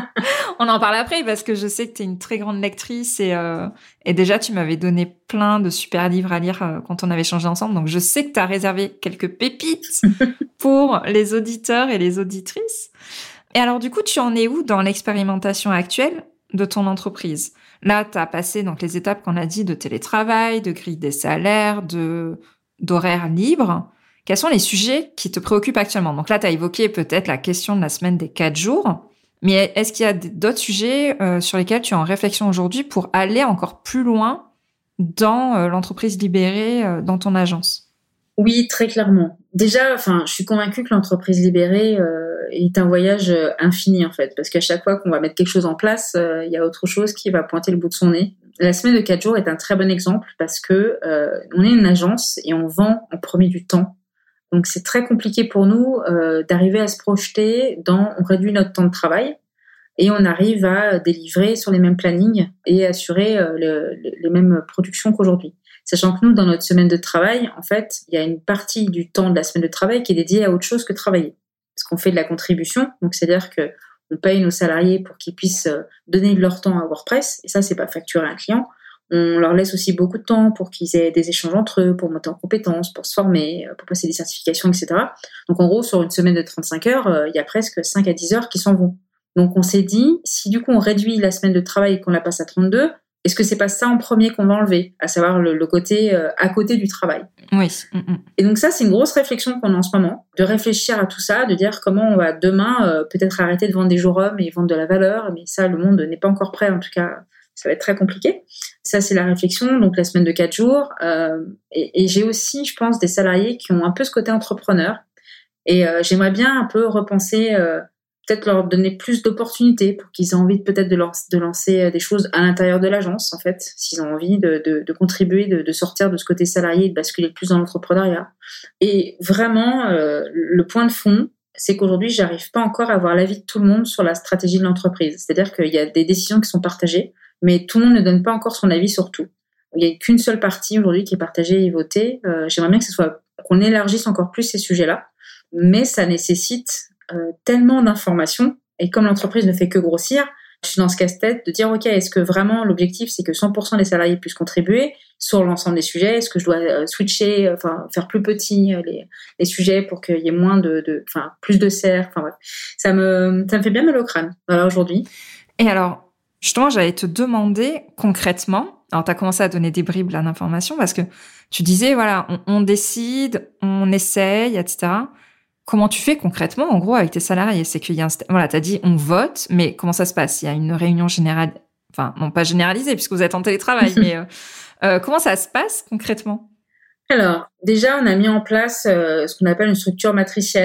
On en parle après parce que je sais que tu es une très grande lectrice et, euh, et déjà, tu m'avais donné plein de super livres à lire euh, quand on avait échangé ensemble. Donc, je sais que tu as réservé quelques pépites pour les auditeurs et les auditrices. Et alors, du coup, tu en es où dans l'expérimentation actuelle de ton entreprise? Là, tu as passé donc les étapes qu'on a dit de télétravail, de grille des salaires, de d'horaires libres. Quels sont les sujets qui te préoccupent actuellement? Donc là, tu as évoqué peut-être la question de la semaine des quatre jours. Mais est-ce qu'il y a d'autres sujets euh, sur lesquels tu es en réflexion aujourd'hui pour aller encore plus loin dans euh, l'entreprise libérée, euh, dans ton agence? Oui, très clairement. Déjà, enfin, je suis convaincue que l'entreprise libérée euh, est un voyage infini, en fait, parce qu'à chaque fois qu'on va mettre quelque chose en place, euh, il y a autre chose qui va pointer le bout de son nez. La semaine de quatre jours est un très bon exemple parce que euh, on est une agence et on vend en premier du temps. Donc, c'est très compliqué pour nous euh, d'arriver à se projeter dans... On réduit notre temps de travail et on arrive à délivrer sur les mêmes plannings et assurer euh, le, le, les mêmes productions qu'aujourd'hui. Sachant que nous, dans notre semaine de travail, en fait, il y a une partie du temps de la semaine de travail qui est dédiée à autre chose que travailler. Parce qu'on fait de la contribution, donc c'est-à-dire qu'on paye nos salariés pour qu'ils puissent donner de leur temps à WordPress, et ça, c'est pas facturé à un client. On leur laisse aussi beaucoup de temps pour qu'ils aient des échanges entre eux, pour monter en compétences, pour se former, pour passer des certifications, et cetera. Donc en gros, sur une semaine de trente-cinq heures, euh, il y a presque cinq à dix heures qui s'en vont. Donc on s'est dit, si du coup on réduit la semaine de travail et qu'on la passe à trente-deux, est-ce que c'est pas ça en premier qu'on va enlever, à savoir le, le côté euh, à côté du travail? Oui. Mm-mm. Et donc ça, c'est une grosse réflexion qu'on a en ce moment, de réfléchir à tout ça, de dire comment on va demain euh, peut-être arrêter de vendre des jours hommes et vendre de la valeur, mais ça, le monde n'est pas encore prêt, en tout cas... Ça va être très compliqué. Ça, c'est la réflexion. Donc, la semaine de quatre jours. Euh, et, et j'ai aussi, je pense, des salariés qui ont un peu ce côté entrepreneur. Et euh, j'aimerais bien un peu repenser, euh, peut-être leur donner plus d'opportunités pour qu'ils aient envie de, peut-être de, leur, de lancer des choses à l'intérieur de l'agence, en fait, s'ils ont envie de, de, de contribuer, de, de sortir de ce côté salarié et de basculer plus dans l'entrepreneuriat. Et vraiment, euh, le point de fond, c'est qu'aujourd'hui, j'arrive pas encore à avoir l'avis de tout le monde sur la stratégie de l'entreprise. C'est-à-dire qu'il y a des décisions qui sont partagées, mais tout le monde ne donne pas encore son avis sur tout. Il n'y a qu'une seule partie aujourd'hui qui est partagée et votée. Euh, j'aimerais bien que ce soit, qu'on élargisse encore plus ces sujets-là, mais ça nécessite euh, tellement d'informations, et comme l'entreprise ne fait que grossir, je suis dans ce casse-tête de dire, ok, est-ce que vraiment l'objectif c'est que cent pour cent des salariés puissent contribuer sur l'ensemble des sujets? Est-ce que je dois euh, switcher, enfin faire plus petit euh, les, les sujets pour qu'il y ait moins de, de, enfin plus de serres, enfin bref, ça me, ça me fait bien mal au crâne. Voilà aujourd'hui. Et alors. Justement, j'allais te demander concrètement, alors tu as commencé à donner des bribes là d'informations parce que tu disais, voilà, on, on décide, on essaye, et cetera. Comment tu fais concrètement, en gros, avec tes salariés? C'est qu'il y a un, voilà, tu as dit on vote, mais comment ça se passe? Il y a une réunion générale, enfin, non pas généralisée puisque vous êtes en télétravail, mais euh, euh, comment ça se passe concrètement? Alors, déjà, on a mis en place euh, ce qu'on appelle une structure matricielle.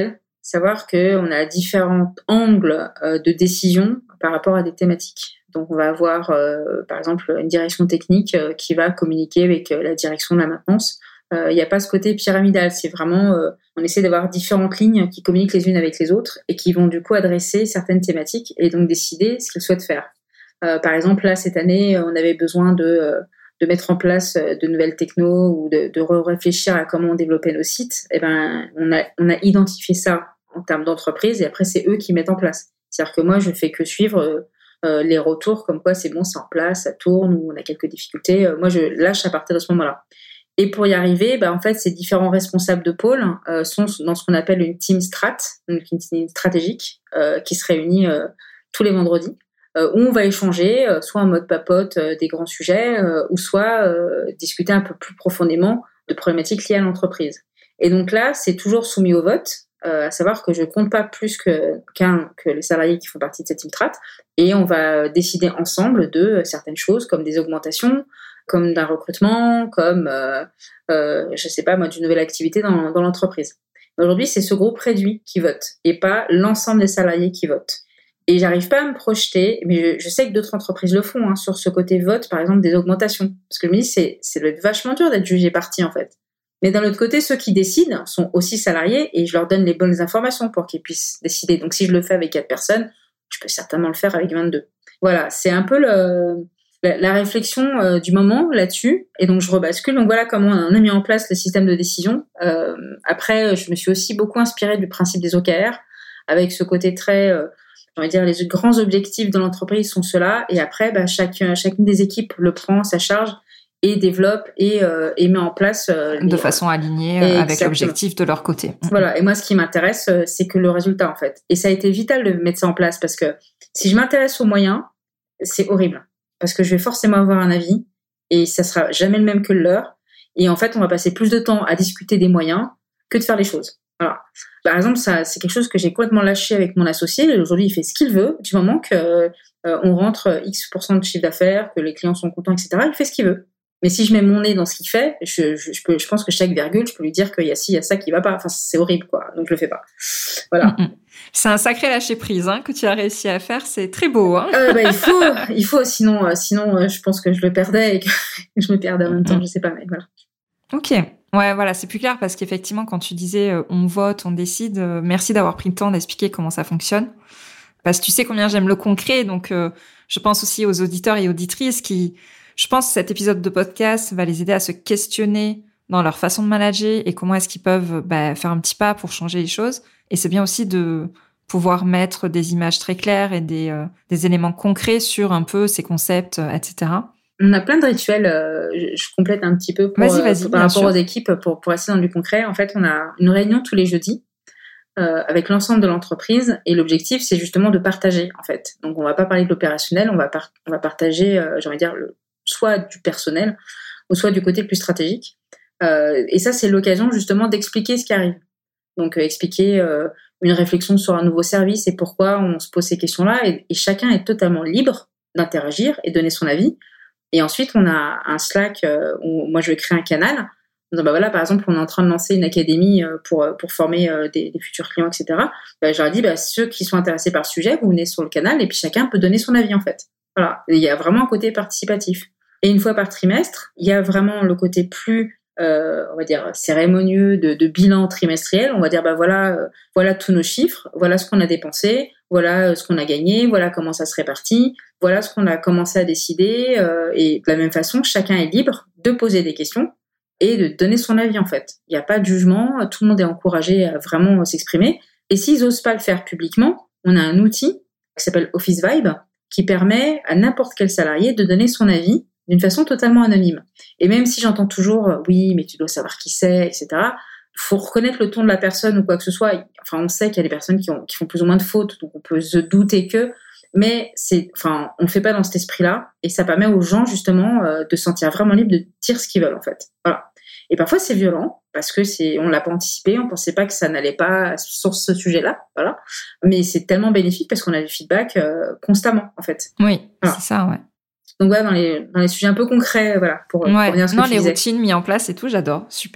savoir qu'on a différents angles euh, de décision par rapport à des thématiques. Donc, on va avoir, euh, par exemple, une direction technique euh, qui va communiquer avec euh, la direction de la maintenance. Il euh, n'y a pas ce côté pyramidal. C'est vraiment, euh, on essaie d'avoir différentes lignes qui communiquent les unes avec les autres et qui vont du coup adresser certaines thématiques et donc décider ce qu'ils souhaitent faire. Euh, par exemple, là, cette année, on avait besoin de, euh, de mettre en place de nouvelles technos ou de, de réfléchir à comment on développait nos sites. Et ben, on a, on a identifié ça en termes d'entreprise et après, c'est eux qui mettent en place. C'est-à-dire que moi, je fais que suivre euh, euh, les retours comme quoi c'est bon, c'est en place, ça tourne ou on a quelques difficultés. Euh, moi, je lâche à partir de ce moment-là. Et pour y arriver, bah, en fait, ces différents responsables de pôle euh, sont dans ce qu'on appelle une team strat, donc une team stratégique, euh, qui se réunit euh, tous les vendredis, euh, où on va échanger, euh, soit en mode papote euh, des grands sujets, euh, ou soit euh, discuter un peu plus profondément de problématiques liées à l'entreprise. Et donc là, c'est toujours soumis au vote, euh, à savoir que je compte pas plus que, qu'un, que les salariés qui font partie de cette team strat, et on va décider ensemble de certaines choses, comme des augmentations, comme d'un recrutement, comme, euh, euh, je sais pas moi, d'une nouvelle activité dans, dans l'entreprise. Aujourd'hui, c'est ce groupe réduit qui vote et pas l'ensemble des salariés qui votent. Et j'arrive pas à me projeter, mais je, je sais que d'autres entreprises le font, hein, sur ce côté vote, par exemple, des augmentations. Parce que je me dis, c'est, c'est doit être vachement dur d'être jugé parti, en fait. Mais d'un autre côté, ceux qui décident sont aussi salariés et je leur donne les bonnes informations pour qu'ils puissent décider. Donc, si je le fais avec quatre personnes, je peux certainement le faire avec vingt-deux. Voilà, c'est un peu le... la réflexion euh, du moment là-dessus, et donc je rebascule. Donc voilà comment on a mis en place le système de décision. Euh, après, je me suis aussi beaucoup inspirée du principe des O K R, avec ce côté très, euh, on va dire, les grands objectifs de l'entreprise sont ceux-là, et après, bah, chaque, chacune des équipes le prend à sa charge et développe et, euh, et met en place euh, de les, façon alignée euh, avec l'objectif de leur côté. Voilà. Et moi, ce qui m'intéresse, euh, c'est que le résultat, en fait. Et ça a été vital de mettre ça en place parce que si je m'intéresse aux moyens, c'est horrible. Parce que je vais forcément avoir un avis et ça sera jamais le même que le leur. Et en fait, on va passer plus de temps à discuter des moyens que de faire les choses. Voilà. Par exemple, ça, c'est quelque chose que j'ai complètement lâché avec mon associé. Aujourd'hui, il fait ce qu'il veut. Du moment que euh, on rentre X pour cent de chiffre d'affaires, que les clients sont contents, et cetera, il fait ce qu'il veut. Mais si je mets mon nez dans ce qu'il fait, je, je, je, peux, je pense que chaque virgule, je peux lui dire qu'il y a ci, il y a ça qui va pas. Enfin, c'est horrible, quoi. Donc, je le fais pas. Voilà. Mm-mm. C'est un sacré lâcher-prise hein, que tu as réussi à faire. C'est très beau. Hein. Euh, bah, il faut, il faut. Sinon, euh, sinon euh, je pense que je le perdais et que je me perdais en même temps. Mm-hmm. Je sais pas, mais voilà. Ok. Ouais, voilà, c'est plus clair parce qu'effectivement, quand tu disais euh, on vote, on décide, euh, merci d'avoir pris le temps d'expliquer comment ça fonctionne. Parce que tu sais combien j'aime le concret. Donc, euh, je pense aussi aux auditeurs et auditrices qui... Je pense que cet épisode de podcast va les aider à se questionner dans leur façon de manager et comment est-ce qu'ils peuvent bah, faire un petit pas pour changer les choses. Et c'est bien aussi de pouvoir mettre des images très claires et des, euh, des éléments concrets sur un peu ces concepts, euh, et cetera. On a plein de rituels. Euh, je, je complète un petit peu pour, vas-y, vas-y, pour, par rapport sûr. aux équipes pour, pour rester dans du concret. En fait, on a une réunion tous les jeudis euh, avec l'ensemble de l'entreprise et l'objectif, c'est justement de partager, en fait. Donc, on va pas parler de l'opérationnel, on va, par, on va partager, euh, j'ai envie de dire, le soit du personnel, ou soit du côté plus stratégique. Euh, et ça, c'est l'occasion justement d'expliquer ce qui arrive. Donc, euh, expliquer euh, une réflexion sur un nouveau service et pourquoi on se pose ces questions-là. Et, et chacun est totalement libre d'interagir et donner son avis. Et ensuite, on a un Slack euh, où moi, je vais créer un canal. Donc, bah voilà, par exemple, on est en train de lancer une académie euh, pour, pour former euh, des, des futurs clients, et cetera. Bah, je leur dis, bah, ceux qui sont intéressés par le sujet, vous venez sur le canal et puis chacun peut donner son avis, en fait. Voilà. Et il y a vraiment un côté participatif. Et une fois par trimestre, il y a vraiment le côté plus, euh, on va dire, cérémonieux de, de bilan trimestriel. On va dire, bah voilà, euh, voilà tous nos chiffres, voilà ce qu'on a dépensé, voilà ce qu'on a gagné, voilà comment ça se répartit, voilà ce qu'on a commencé à décider. Euh, et de la même façon, chacun est libre de poser des questions et de donner son avis, en fait. Il n'y a pas de jugement, tout le monde est encouragé à vraiment s'exprimer. Et s'ils n'osent pas le faire publiquement, on a un outil qui s'appelle Office Vibe qui permet à n'importe quel salarié de donner son avis d'une façon totalement anonyme. Et même si j'entends toujours « oui, mais tu dois savoir qui c'est », et cetera, il faut reconnaître le ton de la personne ou quoi que ce soit. Enfin, on sait qu'il y a des personnes qui, ont, qui font plus ou moins de fautes, donc on peut se douter que, mais c'est, enfin, on ne fait pas dans cet esprit-là, et ça permet aux gens, justement, euh, de se sentir vraiment libres de dire ce qu'ils veulent, en fait. Voilà. Et parfois, c'est violent, parce que c'est, on l'a pas anticipé, on pensait pas que ça n'allait pas sur ce sujet-là, voilà. Mais c'est tellement bénéfique parce qu'on a du feedback euh, constamment, en fait. Oui, voilà. C'est ça, ouais. Donc voilà, dans les, dans les sujets un peu concrets, voilà, pour, ouais. pour revenir à ce non, que tu les disais. routines mises en place et tout, j'adore, super.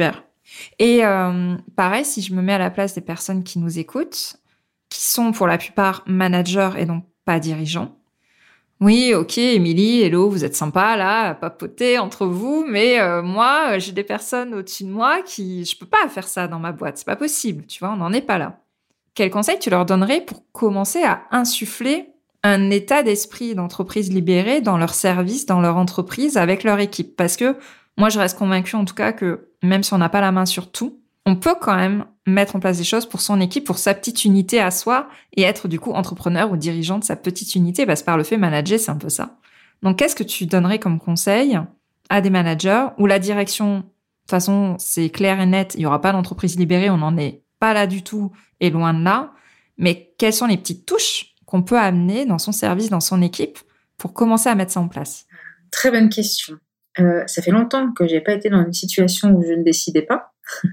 Et euh, pareil, si je me mets à la place des personnes qui nous écoutent, qui sont pour la plupart managers et donc pas dirigeants. Oui, ok, Émilie, hello, vous êtes sympa là, à papoter entre vous, mais euh, moi, j'ai des personnes au-dessus de moi qui, je peux pas faire ça dans ma boîte, c'est pas possible, tu vois, on n'en est pas là. Quel conseil tu leur donnerais pour commencer à insuffler un état d'esprit d'entreprise libérée dans leur service, dans leur entreprise, avec leur équipe? Parce que moi, je reste convaincue en tout cas que même si on n'a pas la main sur tout, on peut quand même mettre en place des choses pour son équipe, pour sa petite unité à soi et être du coup entrepreneur ou dirigeant de sa petite unité, parce que par le fait manager, c'est un peu ça. Donc, qu'est-ce que tu donnerais comme conseil à des managers où la direction, de toute façon, c'est clair et net, il n'y aura pas d'entreprise libérée, on n'en est pas là du tout et loin de là, mais quelles sont les petites touches qu'on peut amener dans son service, dans son équipe pour commencer à mettre ça en place? Très bonne question. Euh, ça fait longtemps que j'ai pas été dans une situation où je ne décidais pas.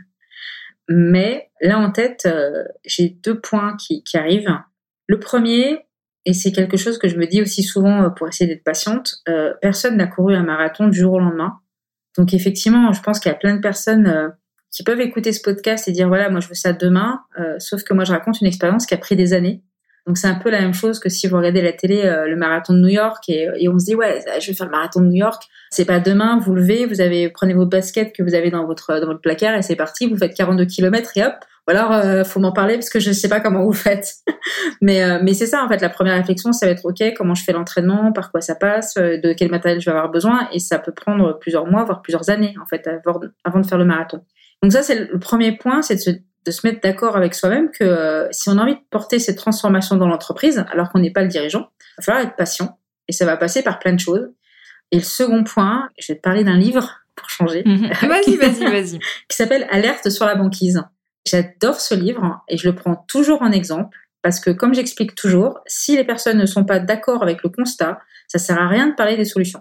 Mais là en tête, euh, j'ai deux points qui, qui arrivent. Le premier, et c'est quelque chose que je me dis aussi souvent pour essayer d'être patiente, euh, personne n'a couru un marathon du jour au lendemain. Donc effectivement, je pense qu'il y a plein de personnes euh, qui peuvent écouter ce podcast et dire voilà, moi je veux ça demain, euh, sauf que moi je raconte une expérience qui a pris des années. Donc c'est un peu la même chose que si vous regardez la télé, euh, le marathon de New York, et, et on se dit ouais, je vais faire le marathon de New York. C'est pas demain, vous levez, vous avez prenez vos baskets que vous avez dans votre dans votre placard et c'est parti, vous faites quarante-deux kilomètres et hop. Ou alors euh, faut m'en parler parce que je sais pas comment vous faites. mais euh, mais c'est ça en fait, la première réflexion, ça va être ok, comment je fais l'entraînement, par quoi ça passe, euh, de quel matériel je vais avoir besoin, et ça peut prendre plusieurs mois, voire plusieurs années en fait avant, avant de faire le marathon. Donc ça c'est le premier point, c'est de se de se mettre d'accord avec soi-même que euh, si on a envie de porter cette transformation dans l'entreprise, alors qu'on n'est pas le dirigeant, il va falloir être patient et ça va passer par plein de choses. Et le second point, je vais te parler d'un livre pour changer. Mmh. Vas-y, vas-y, vas-y. Qui s'appelle Alerte sur la banquise. J'adore ce livre et je le prends toujours en exemple parce que comme j'explique toujours, si les personnes ne sont pas d'accord avec le constat, ça sert à rien de parler des solutions.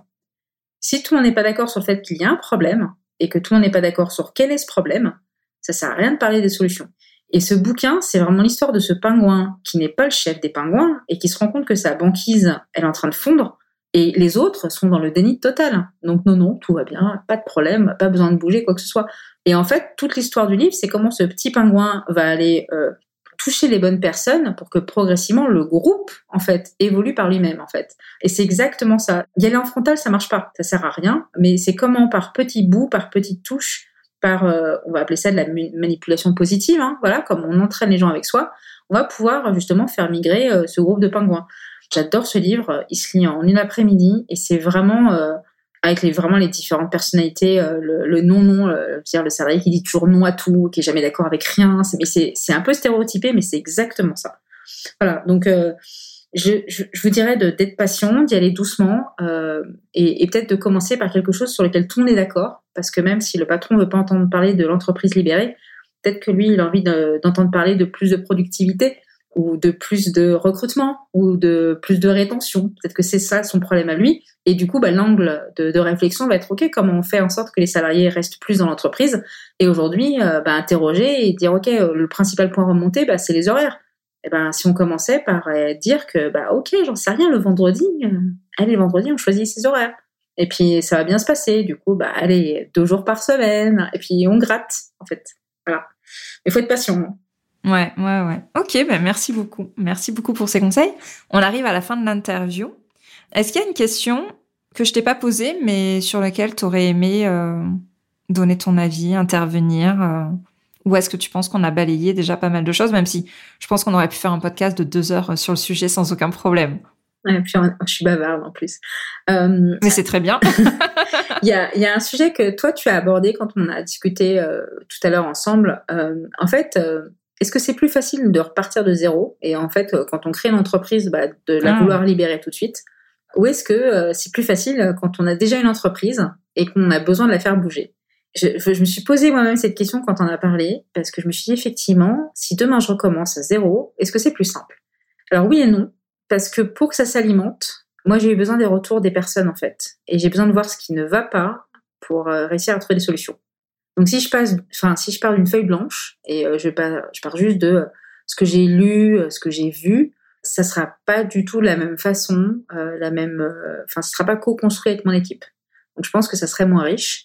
Si tout le monde n'est pas d'accord sur le fait qu'il y a un problème et que tout le monde n'est pas d'accord sur quel est ce problème, ça sert à rien de parler des solutions. Et ce bouquin, c'est vraiment l'histoire de ce pingouin qui n'est pas le chef des pingouins et qui se rend compte que sa banquise, elle est en train de fondre et les autres sont dans le déni total. Donc non, non, tout va bien, pas de problème, pas besoin de bouger, quoi que ce soit. Et en fait, toute l'histoire du livre, c'est comment ce petit pingouin va aller euh, toucher les bonnes personnes pour que progressivement le groupe, en fait, évolue par lui-même, en fait. Et c'est exactement ça. Y aller en frontal, ça marche pas, ça sert à rien, mais c'est comment par petits bouts, par petites touches, par, euh, on va appeler ça de la manipulation positive, hein, voilà, comme on entraîne les gens avec soi, on va pouvoir justement faire migrer euh, ce groupe de pingouins. J'adore ce livre, il se lit en une après-midi et c'est vraiment euh, avec les vraiment les différentes personnalités, euh, le, le non-non, euh, dire le salarié qui dit toujours non à tout, qui est jamais d'accord avec rien, c'est, mais c'est, c'est un peu stéréotypé, mais c'est exactement ça. Voilà, donc euh, je, je, je vous dirais de, d'être patient, d'y aller doucement euh, et, et peut-être de commencer par quelque chose sur lequel tout le monde est d'accord, parce que même si le patron ne veut pas entendre parler de l'entreprise libérée, peut-être que lui, il a envie de, d'entendre parler de plus de productivité ou de plus de recrutement ou de plus de rétention. Peut-être que c'est ça son problème à lui. Et du coup, bah, l'angle de, de réflexion va être OK, comment on fait en sorte que les salariés restent plus dans l'entreprise. Et aujourd'hui, euh, bah, interroger et dire OK, euh, le principal point remonté, bah, c'est les horaires. Et ben, si on commençait par euh, dire que, bah, OK, j'en sais rien, le vendredi, euh, allez, le vendredi, on choisit ses horaires. Et puis, ça va bien se passer. Du coup, bah, allez, deux jours par semaine. Et puis, on gratte, en fait. Voilà. Il faut être patient. Ouais, ouais, ouais. Ok, ben merci beaucoup. Merci beaucoup pour ces conseils. On arrive à la fin de l'interview. Est-ce qu'il y a une question que je t'ai pas posée, mais sur laquelle tu aurais aimé euh, donner ton avis, intervenir euh, ou est-ce que tu penses qu'on a balayé déjà pas mal de choses, même si je pense qu'on aurait pu faire un podcast de deux heures sur le sujet sans aucun problème. Ouais, puis je suis bavarde en plus. Euh, mais c'est très bien. Il y a, y a un sujet que toi tu as abordé quand on a discuté euh, tout à l'heure ensemble. Euh, en fait... Euh, Est-ce que c'est plus facile de repartir de zéro et en fait, quand on crée une entreprise, bah, de la ah. vouloir libérer tout de suite, ou est-ce que euh, c'est plus facile quand on a déjà une entreprise et qu'on a besoin de la faire bouger? je, je me suis posé moi-même cette question quand on a parlé parce que je me suis dit effectivement, si demain je recommence à zéro, est-ce que c'est plus simple? Alors oui et non, parce que pour que ça s'alimente, moi j'ai eu besoin des retours des personnes en fait et j'ai besoin de voir ce qui ne va pas pour euh, réussir à trouver des solutions. Donc si je passe, enfin si je pars d'une feuille blanche et euh, je pars, je pars juste de euh, ce que j'ai lu, euh, ce que j'ai vu, ça sera pas du tout la même façon, euh, la même, enfin euh, ce sera pas co-construit avec mon équipe. Donc je pense que ça serait moins riche.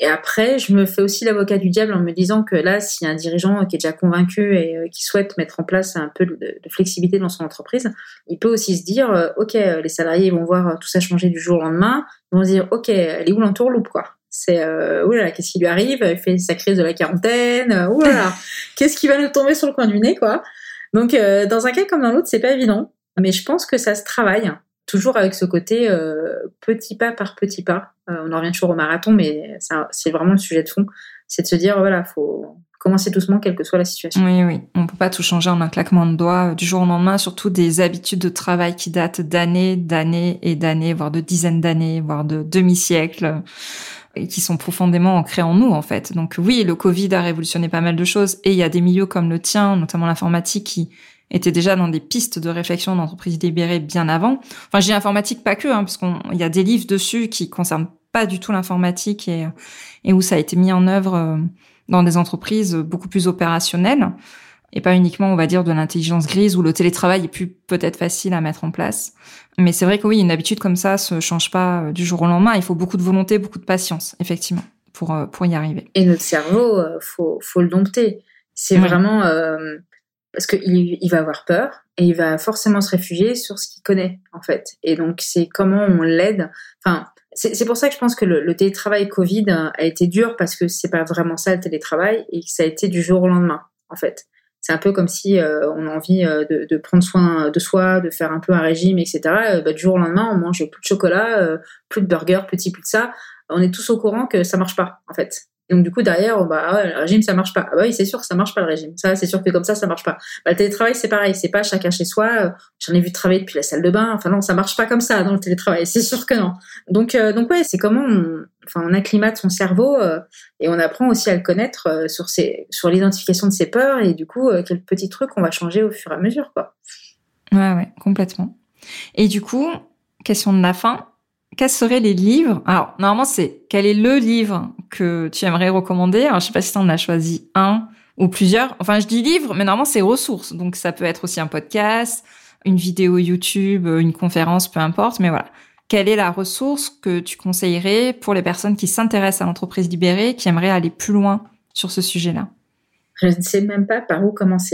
Et après, je me fais aussi l'avocat du diable en me disant que là, s'il y a un dirigeant qui est déjà convaincu et euh, qui souhaite mettre en place un peu de, de flexibilité dans son entreprise, il peut aussi se dire, euh, ok, les salariés vont voir tout ça changer du jour au lendemain, ils vont se dire, ok, elle est où l'entourloupe, quoi. C'est, euh, oulala, qu'est-ce qui lui arrive? Il fait sa crise de la quarantaine, euh, oulala, qu'est-ce qui va nous tomber sur le coin du nez, quoi. Donc, euh, dans un cas comme dans l'autre, c'est pas évident, mais je pense que ça se travaille. Toujours avec ce côté euh, petit pas par petit pas. Euh, on en revient toujours au marathon, mais ça, c'est vraiment le sujet de fond. C'est de se dire, voilà, faut commencer doucement, quelle que soit la situation. Oui, oui. On peut pas tout changer en un claquement de doigts du jour au lendemain, surtout des habitudes de travail qui datent d'années, d'années et d'années, voire de dizaines d'années, voire de demi-siècles, et qui sont profondément ancrées en nous, en fait. Donc oui, le Covid a révolutionné pas mal de choses, et il y a des milieux comme le tien, notamment l'informatique, qui étaient déjà dans des pistes de réflexion d'entreprise libérée bien avant. Enfin, j'ai informatique pas que, hein, parce qu'on il y a des livres dessus qui concernent pas du tout l'informatique et et où ça a été mis en œuvre euh, dans des entreprises beaucoup plus opérationnelles et pas uniquement, on va dire, de l'intelligence grise où le télétravail est plus peut-être facile à mettre en place. Mais c'est vrai que oui, une habitude comme ça se change pas du jour au lendemain. Il faut beaucoup de volonté, beaucoup de patience, effectivement, pour pour y arriver. Et notre cerveau, euh, faut faut le dompter. C'est oui. vraiment euh, parce qu'il il va avoir peur et il va forcément se réfugier sur ce qu'il connaît, en fait. Et donc, c'est comment on l'aide. Enfin, c'est, c'est pour ça que je pense que le, le télétravail Covid a été dur parce que c'est pas vraiment ça, le télétravail, et que ça a été du jour au lendemain, en fait. C'est un peu comme si euh, on a envie euh, de, de prendre soin de soi, de faire un peu un régime, et cetera. Euh, bah, du jour au lendemain, on mange plus de chocolat, euh, plus de burgers, plus de ci, plus de ça. On est tous au courant que ça marche pas, en fait. Et donc, du coup, derrière, oh, bah, ouais, le régime, ça marche pas. Ah bah oui, c'est sûr que ça marche pas, le régime. Ça, c'est sûr que comme ça, ça marche pas. Bah, le télétravail, c'est pareil. C'est pas chacun chez soi. Euh, j'en ai vu travailler depuis la salle de bain. Enfin, non, ça marche pas comme ça dans le télétravail. C'est sûr que non. Donc, euh, donc ouais, c'est comment on, enfin, on acclimate son cerveau euh, et on apprend aussi à le connaître euh, sur ses, sur l'identification de ses peurs et du coup, euh, quels petits trucs on va changer au fur et à mesure, quoi. Ouais, ouais, complètement. Et du coup, question de la fin. Quels seraient les livres? Alors, normalement, c'est quel est le livre que tu aimerais recommander? Alors, je sais pas si tu en as choisi un ou plusieurs. Enfin, je dis livre, mais normalement, c'est ressources. Donc, ça peut être aussi un podcast, une vidéo YouTube, une conférence, peu importe. Mais voilà. Quelle est la ressource que tu conseillerais pour les personnes qui s'intéressent à l'entreprise libérée, qui aimeraient aller plus loin sur ce sujet-là? Je ne sais même pas par où commencer.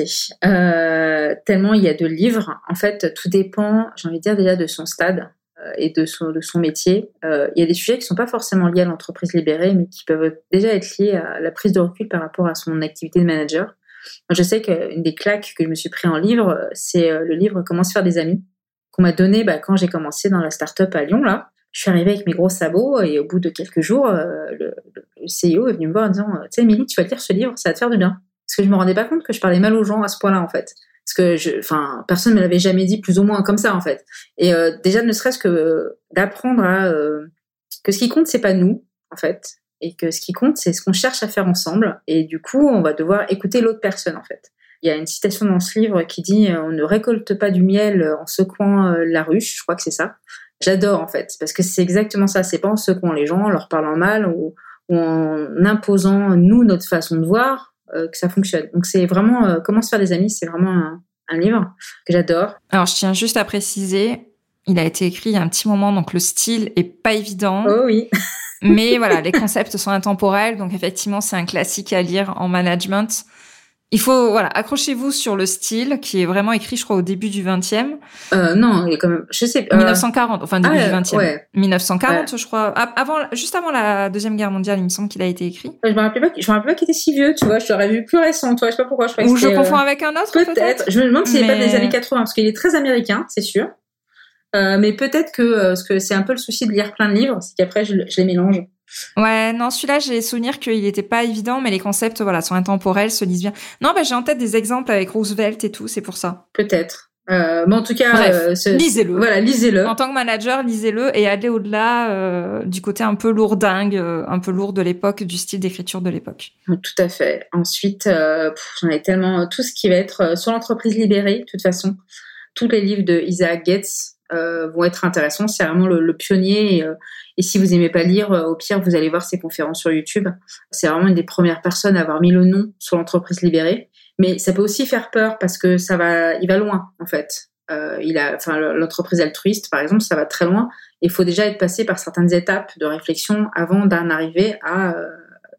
Euh, tellement il y a de livres. En fait, tout dépend, j'ai envie de dire déjà de son stade et de son, de son métier. Euh, il y a des sujets qui ne sont pas forcément liés à l'entreprise libérée, mais qui peuvent déjà être liés à la prise de recul par rapport à son activité de manager. Moi, je sais qu'une des claques que je me suis pris en livre, c'est le livre « Comment se faire des amis » qu'on m'a donné bah, quand j'ai commencé dans la start-up à Lyon. Là, je suis arrivée avec mes gros sabots et au bout de quelques jours, euh, le, le C E O est venu me voir en disant « Tu sais, Émilie, tu vas lire ce livre, ça va te faire du bien. » Parce que je me rendais pas compte que je parlais mal aux gens à ce point-là, en fait. Parce que, je, enfin, personne me l'avait jamais dit plus ou moins comme ça, en fait. Et euh, déjà, ne serait-ce que euh, d'apprendre à euh, que ce qui compte, c'est pas nous, en fait, et que ce qui compte, c'est ce qu'on cherche à faire ensemble. Et du coup, on va devoir écouter l'autre personne, en fait. Il y a une citation dans ce livre qui dit euh, « On ne récolte pas du miel en secouant euh, la ruche ». Je crois que c'est ça. J'adore, en fait, parce que c'est exactement ça. C'est pas en secouant les gens, en leur parlant mal ou, ou en imposant, nous, notre façon de voir, Euh, que ça fonctionne. Donc c'est vraiment euh, Comment se faire des amis, c'est vraiment un, un livre que j'adore. Alors je tiens juste à préciser, il a été écrit il y a un petit moment, donc le style est pas évident. Oh oui. Mais voilà, les concepts sont intemporels, donc effectivement c'est un classique à lire en management. Il faut, voilà, accrochez-vous sur le style qui est vraiment écrit, je crois, au début du vingtième. Euh, non, il est quand même, je sais pas. Euh... dix-neuf cent quarante, enfin, début ah, du vingtième. Ouais. dix-neuf cent quarante, ouais. je crois. Avant, juste avant la Deuxième Guerre mondiale, il me semble qu'il a été écrit. Je me rappelais pas, je me rappelais pas qu'il était si vieux, tu vois, je l'aurais vu plus récent, toi, je sais pas pourquoi, je crois que Ou je euh... confonds avec un autre, peut-être. peut-être. Je me demande s'il mais... est pas des années quatre-vingts, parce qu'il est très américain, c'est sûr. Euh, mais peut-être que, euh, parce que c'est un peu le souci de lire plein de livres, c'est qu'après, je, je les mélange. Ouais, non, celui-là, j'ai souvenir qu'il était pas évident, mais les concepts, voilà, sont intemporels, se lisent bien. Non, bah, j'ai en tête des exemples avec Roosevelt et tout, c'est pour ça. Peut-être. Euh, mais en tout cas, bref, euh, ce, lisez-le. Voilà, lisez-le. En tant que manager, lisez-le et allez au-delà euh, du côté un peu lourdingue, euh, un peu lourd de l'époque, du style d'écriture de l'époque. Tout à fait. Ensuite, euh, pff, j'en ai tellement, tout ce qui va être euh, sur l'entreprise libérée, de toute façon, tous les livres de Isaac Getz euh, vont être intéressants. C'est vraiment le, le pionnier. Et, euh, et si vous aimez pas lire, euh, au pire, vous allez voir ses conférences sur YouTube. C'est vraiment une des premières personnes à avoir mis le nom sur l'entreprise libérée. Mais ça peut aussi faire peur parce que ça va, il va loin, en fait. Euh, il a, enfin, l'entreprise altruiste, par exemple, ça va très loin. Il faut déjà être passé par certaines étapes de réflexion avant d'en arriver à, euh,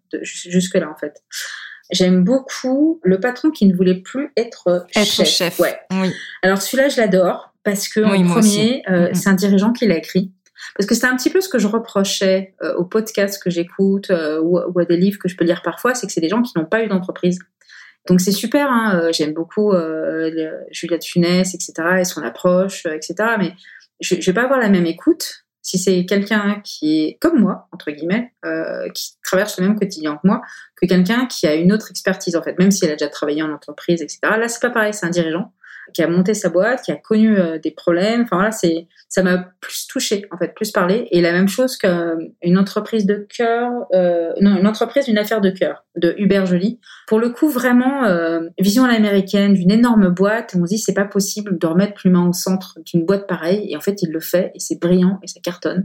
de, jusque-là, en fait. J'aime beaucoup le patron qui ne voulait plus être, être chef. chef. Ouais. Oui. Alors celui-là, je l'adore parce que oui, en premier, euh, mm-hmm. c'est un dirigeant qui l'a écrit. Parce que c'est un petit peu ce que je reprochais euh, aux podcasts que j'écoute euh, ou, ou à des livres que je peux lire parfois, c'est que c'est des gens qui n'ont pas eu d'entreprise. Donc c'est super, hein, euh, j'aime beaucoup euh, le, Juliette Funès, et cetera, et son approche, euh, et cetera. Mais je ne vais pas avoir la même écoute si c'est quelqu'un qui est comme moi, entre guillemets, euh, qui traverse le même quotidien que moi, que quelqu'un qui a une autre expertise, en fait, même si elle a déjà travaillé en entreprise, et cetera. Là, c'est pas pareil, c'est un dirigeant qui a monté sa boîte, qui a connu euh, des problèmes. Enfin voilà, c'est, ça m'a plus touchée, en fait, plus parlé. Et la même chose qu'une entreprise de cœur, euh, non, une entreprise, une affaire de cœur, de Hubert Joly. Pour le coup, vraiment, euh, vision à l'américaine, d'une énorme boîte. On se dit, c'est pas possible de remettre l'humain au centre d'une boîte pareille. Et en fait, il le fait, et c'est brillant, et ça cartonne.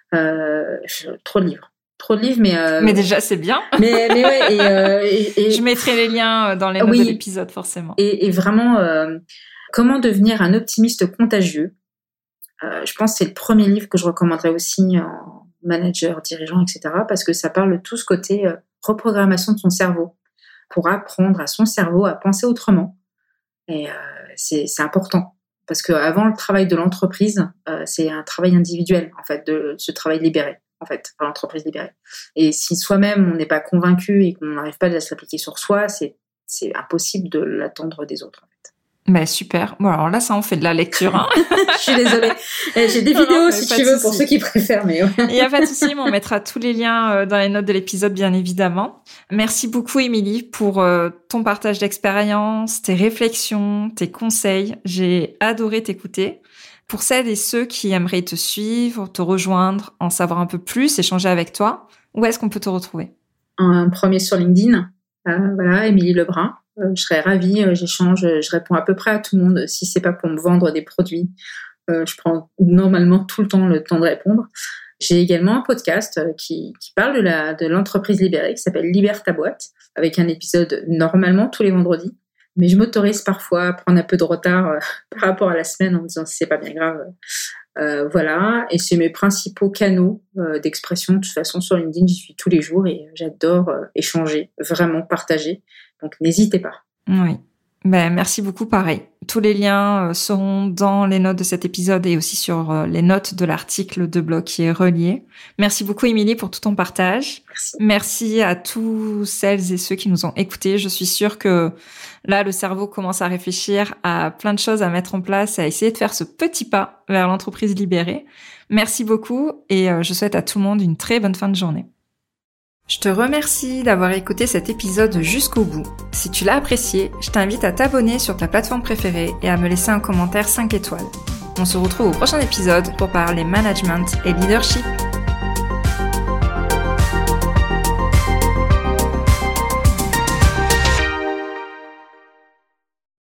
Euh, trop de livres. Trop de livres, mais... Euh, mais déjà, c'est bien. Mais, mais ouais, et, euh, et, et... Je mettrai les liens dans les notes oui, de l'épisode, forcément. Et, et vraiment... Euh, Comment devenir un optimiste contagieux. Euh, je pense que c'est le premier livre que je recommanderais aussi en manager, dirigeant, et cetera. Parce que ça parle de tout ce côté euh, reprogrammation de son cerveau pour apprendre à son cerveau à penser autrement. Et euh, c'est, c'est important. Parce qu'avant le travail de l'entreprise, euh, c'est un travail individuel, en fait, de ce travail libéré, en fait, par l'entreprise libérée. Et si soi-même, on n'est pas convaincu et qu'on n'arrive pas à s'appliquer sur soi, c'est, c'est impossible de l'attendre des autres, en fait. Bah super. Bon alors là ça en fait de la lecture. Hein. Je suis désolée. J'ai des non, vidéos non, si tu veux pour ceux qui préfèrent. Mais ouais. Il y a pas de souci, mais on mettra tous les liens dans les notes de l'épisode bien évidemment. Merci beaucoup Émilie pour euh, ton partage d'expérience, tes réflexions, tes conseils. J'ai adoré t'écouter. Pour celles et ceux qui aimeraient te suivre, te rejoindre, en savoir un peu plus, échanger avec toi, où est-ce qu'on peut te retrouver? Un premier sur LinkedIn. Euh, voilà, Émilie Lebrun. Euh, je serais ravie, euh, j'échange, je réponds à peu près à tout le monde. Si c'est pas pour me vendre des produits, euh, je prends normalement tout le temps le temps de répondre. J'ai également un podcast euh, qui, qui parle de, la, de l'entreprise libérée, qui s'appelle Libère ta boîte, avec un épisode normalement tous les vendredis. Mais je m'autorise parfois à prendre un peu de retard euh, par rapport à la semaine en me disant c'est pas bien grave. Euh, voilà, et c'est mes principaux canaux euh, d'expression. De toute façon, sur LinkedIn, j'y suis tous les jours et j'adore euh, échanger, vraiment partager. Donc, n'hésitez pas. Oui. Ben, merci beaucoup, pareil. Tous les liens euh, seront dans les notes de cet épisode et aussi sur euh, les notes de l'article de blog qui est relié. Merci beaucoup, Émilie, pour tout ton partage. Merci. Merci à tous celles et ceux qui nous ont écoutés. Je suis sûre que là, le cerveau commence à réfléchir à plein de choses à mettre en place, à essayer de faire ce petit pas vers l'entreprise libérée. Merci beaucoup et euh, je souhaite à tout le monde une très bonne fin de journée. Je te remercie d'avoir écouté cet épisode jusqu'au bout. Si tu l'as apprécié, je t'invite à t'abonner sur ta plateforme préférée et à me laisser un commentaire cinq étoiles. On se retrouve au prochain épisode pour parler management et leadership.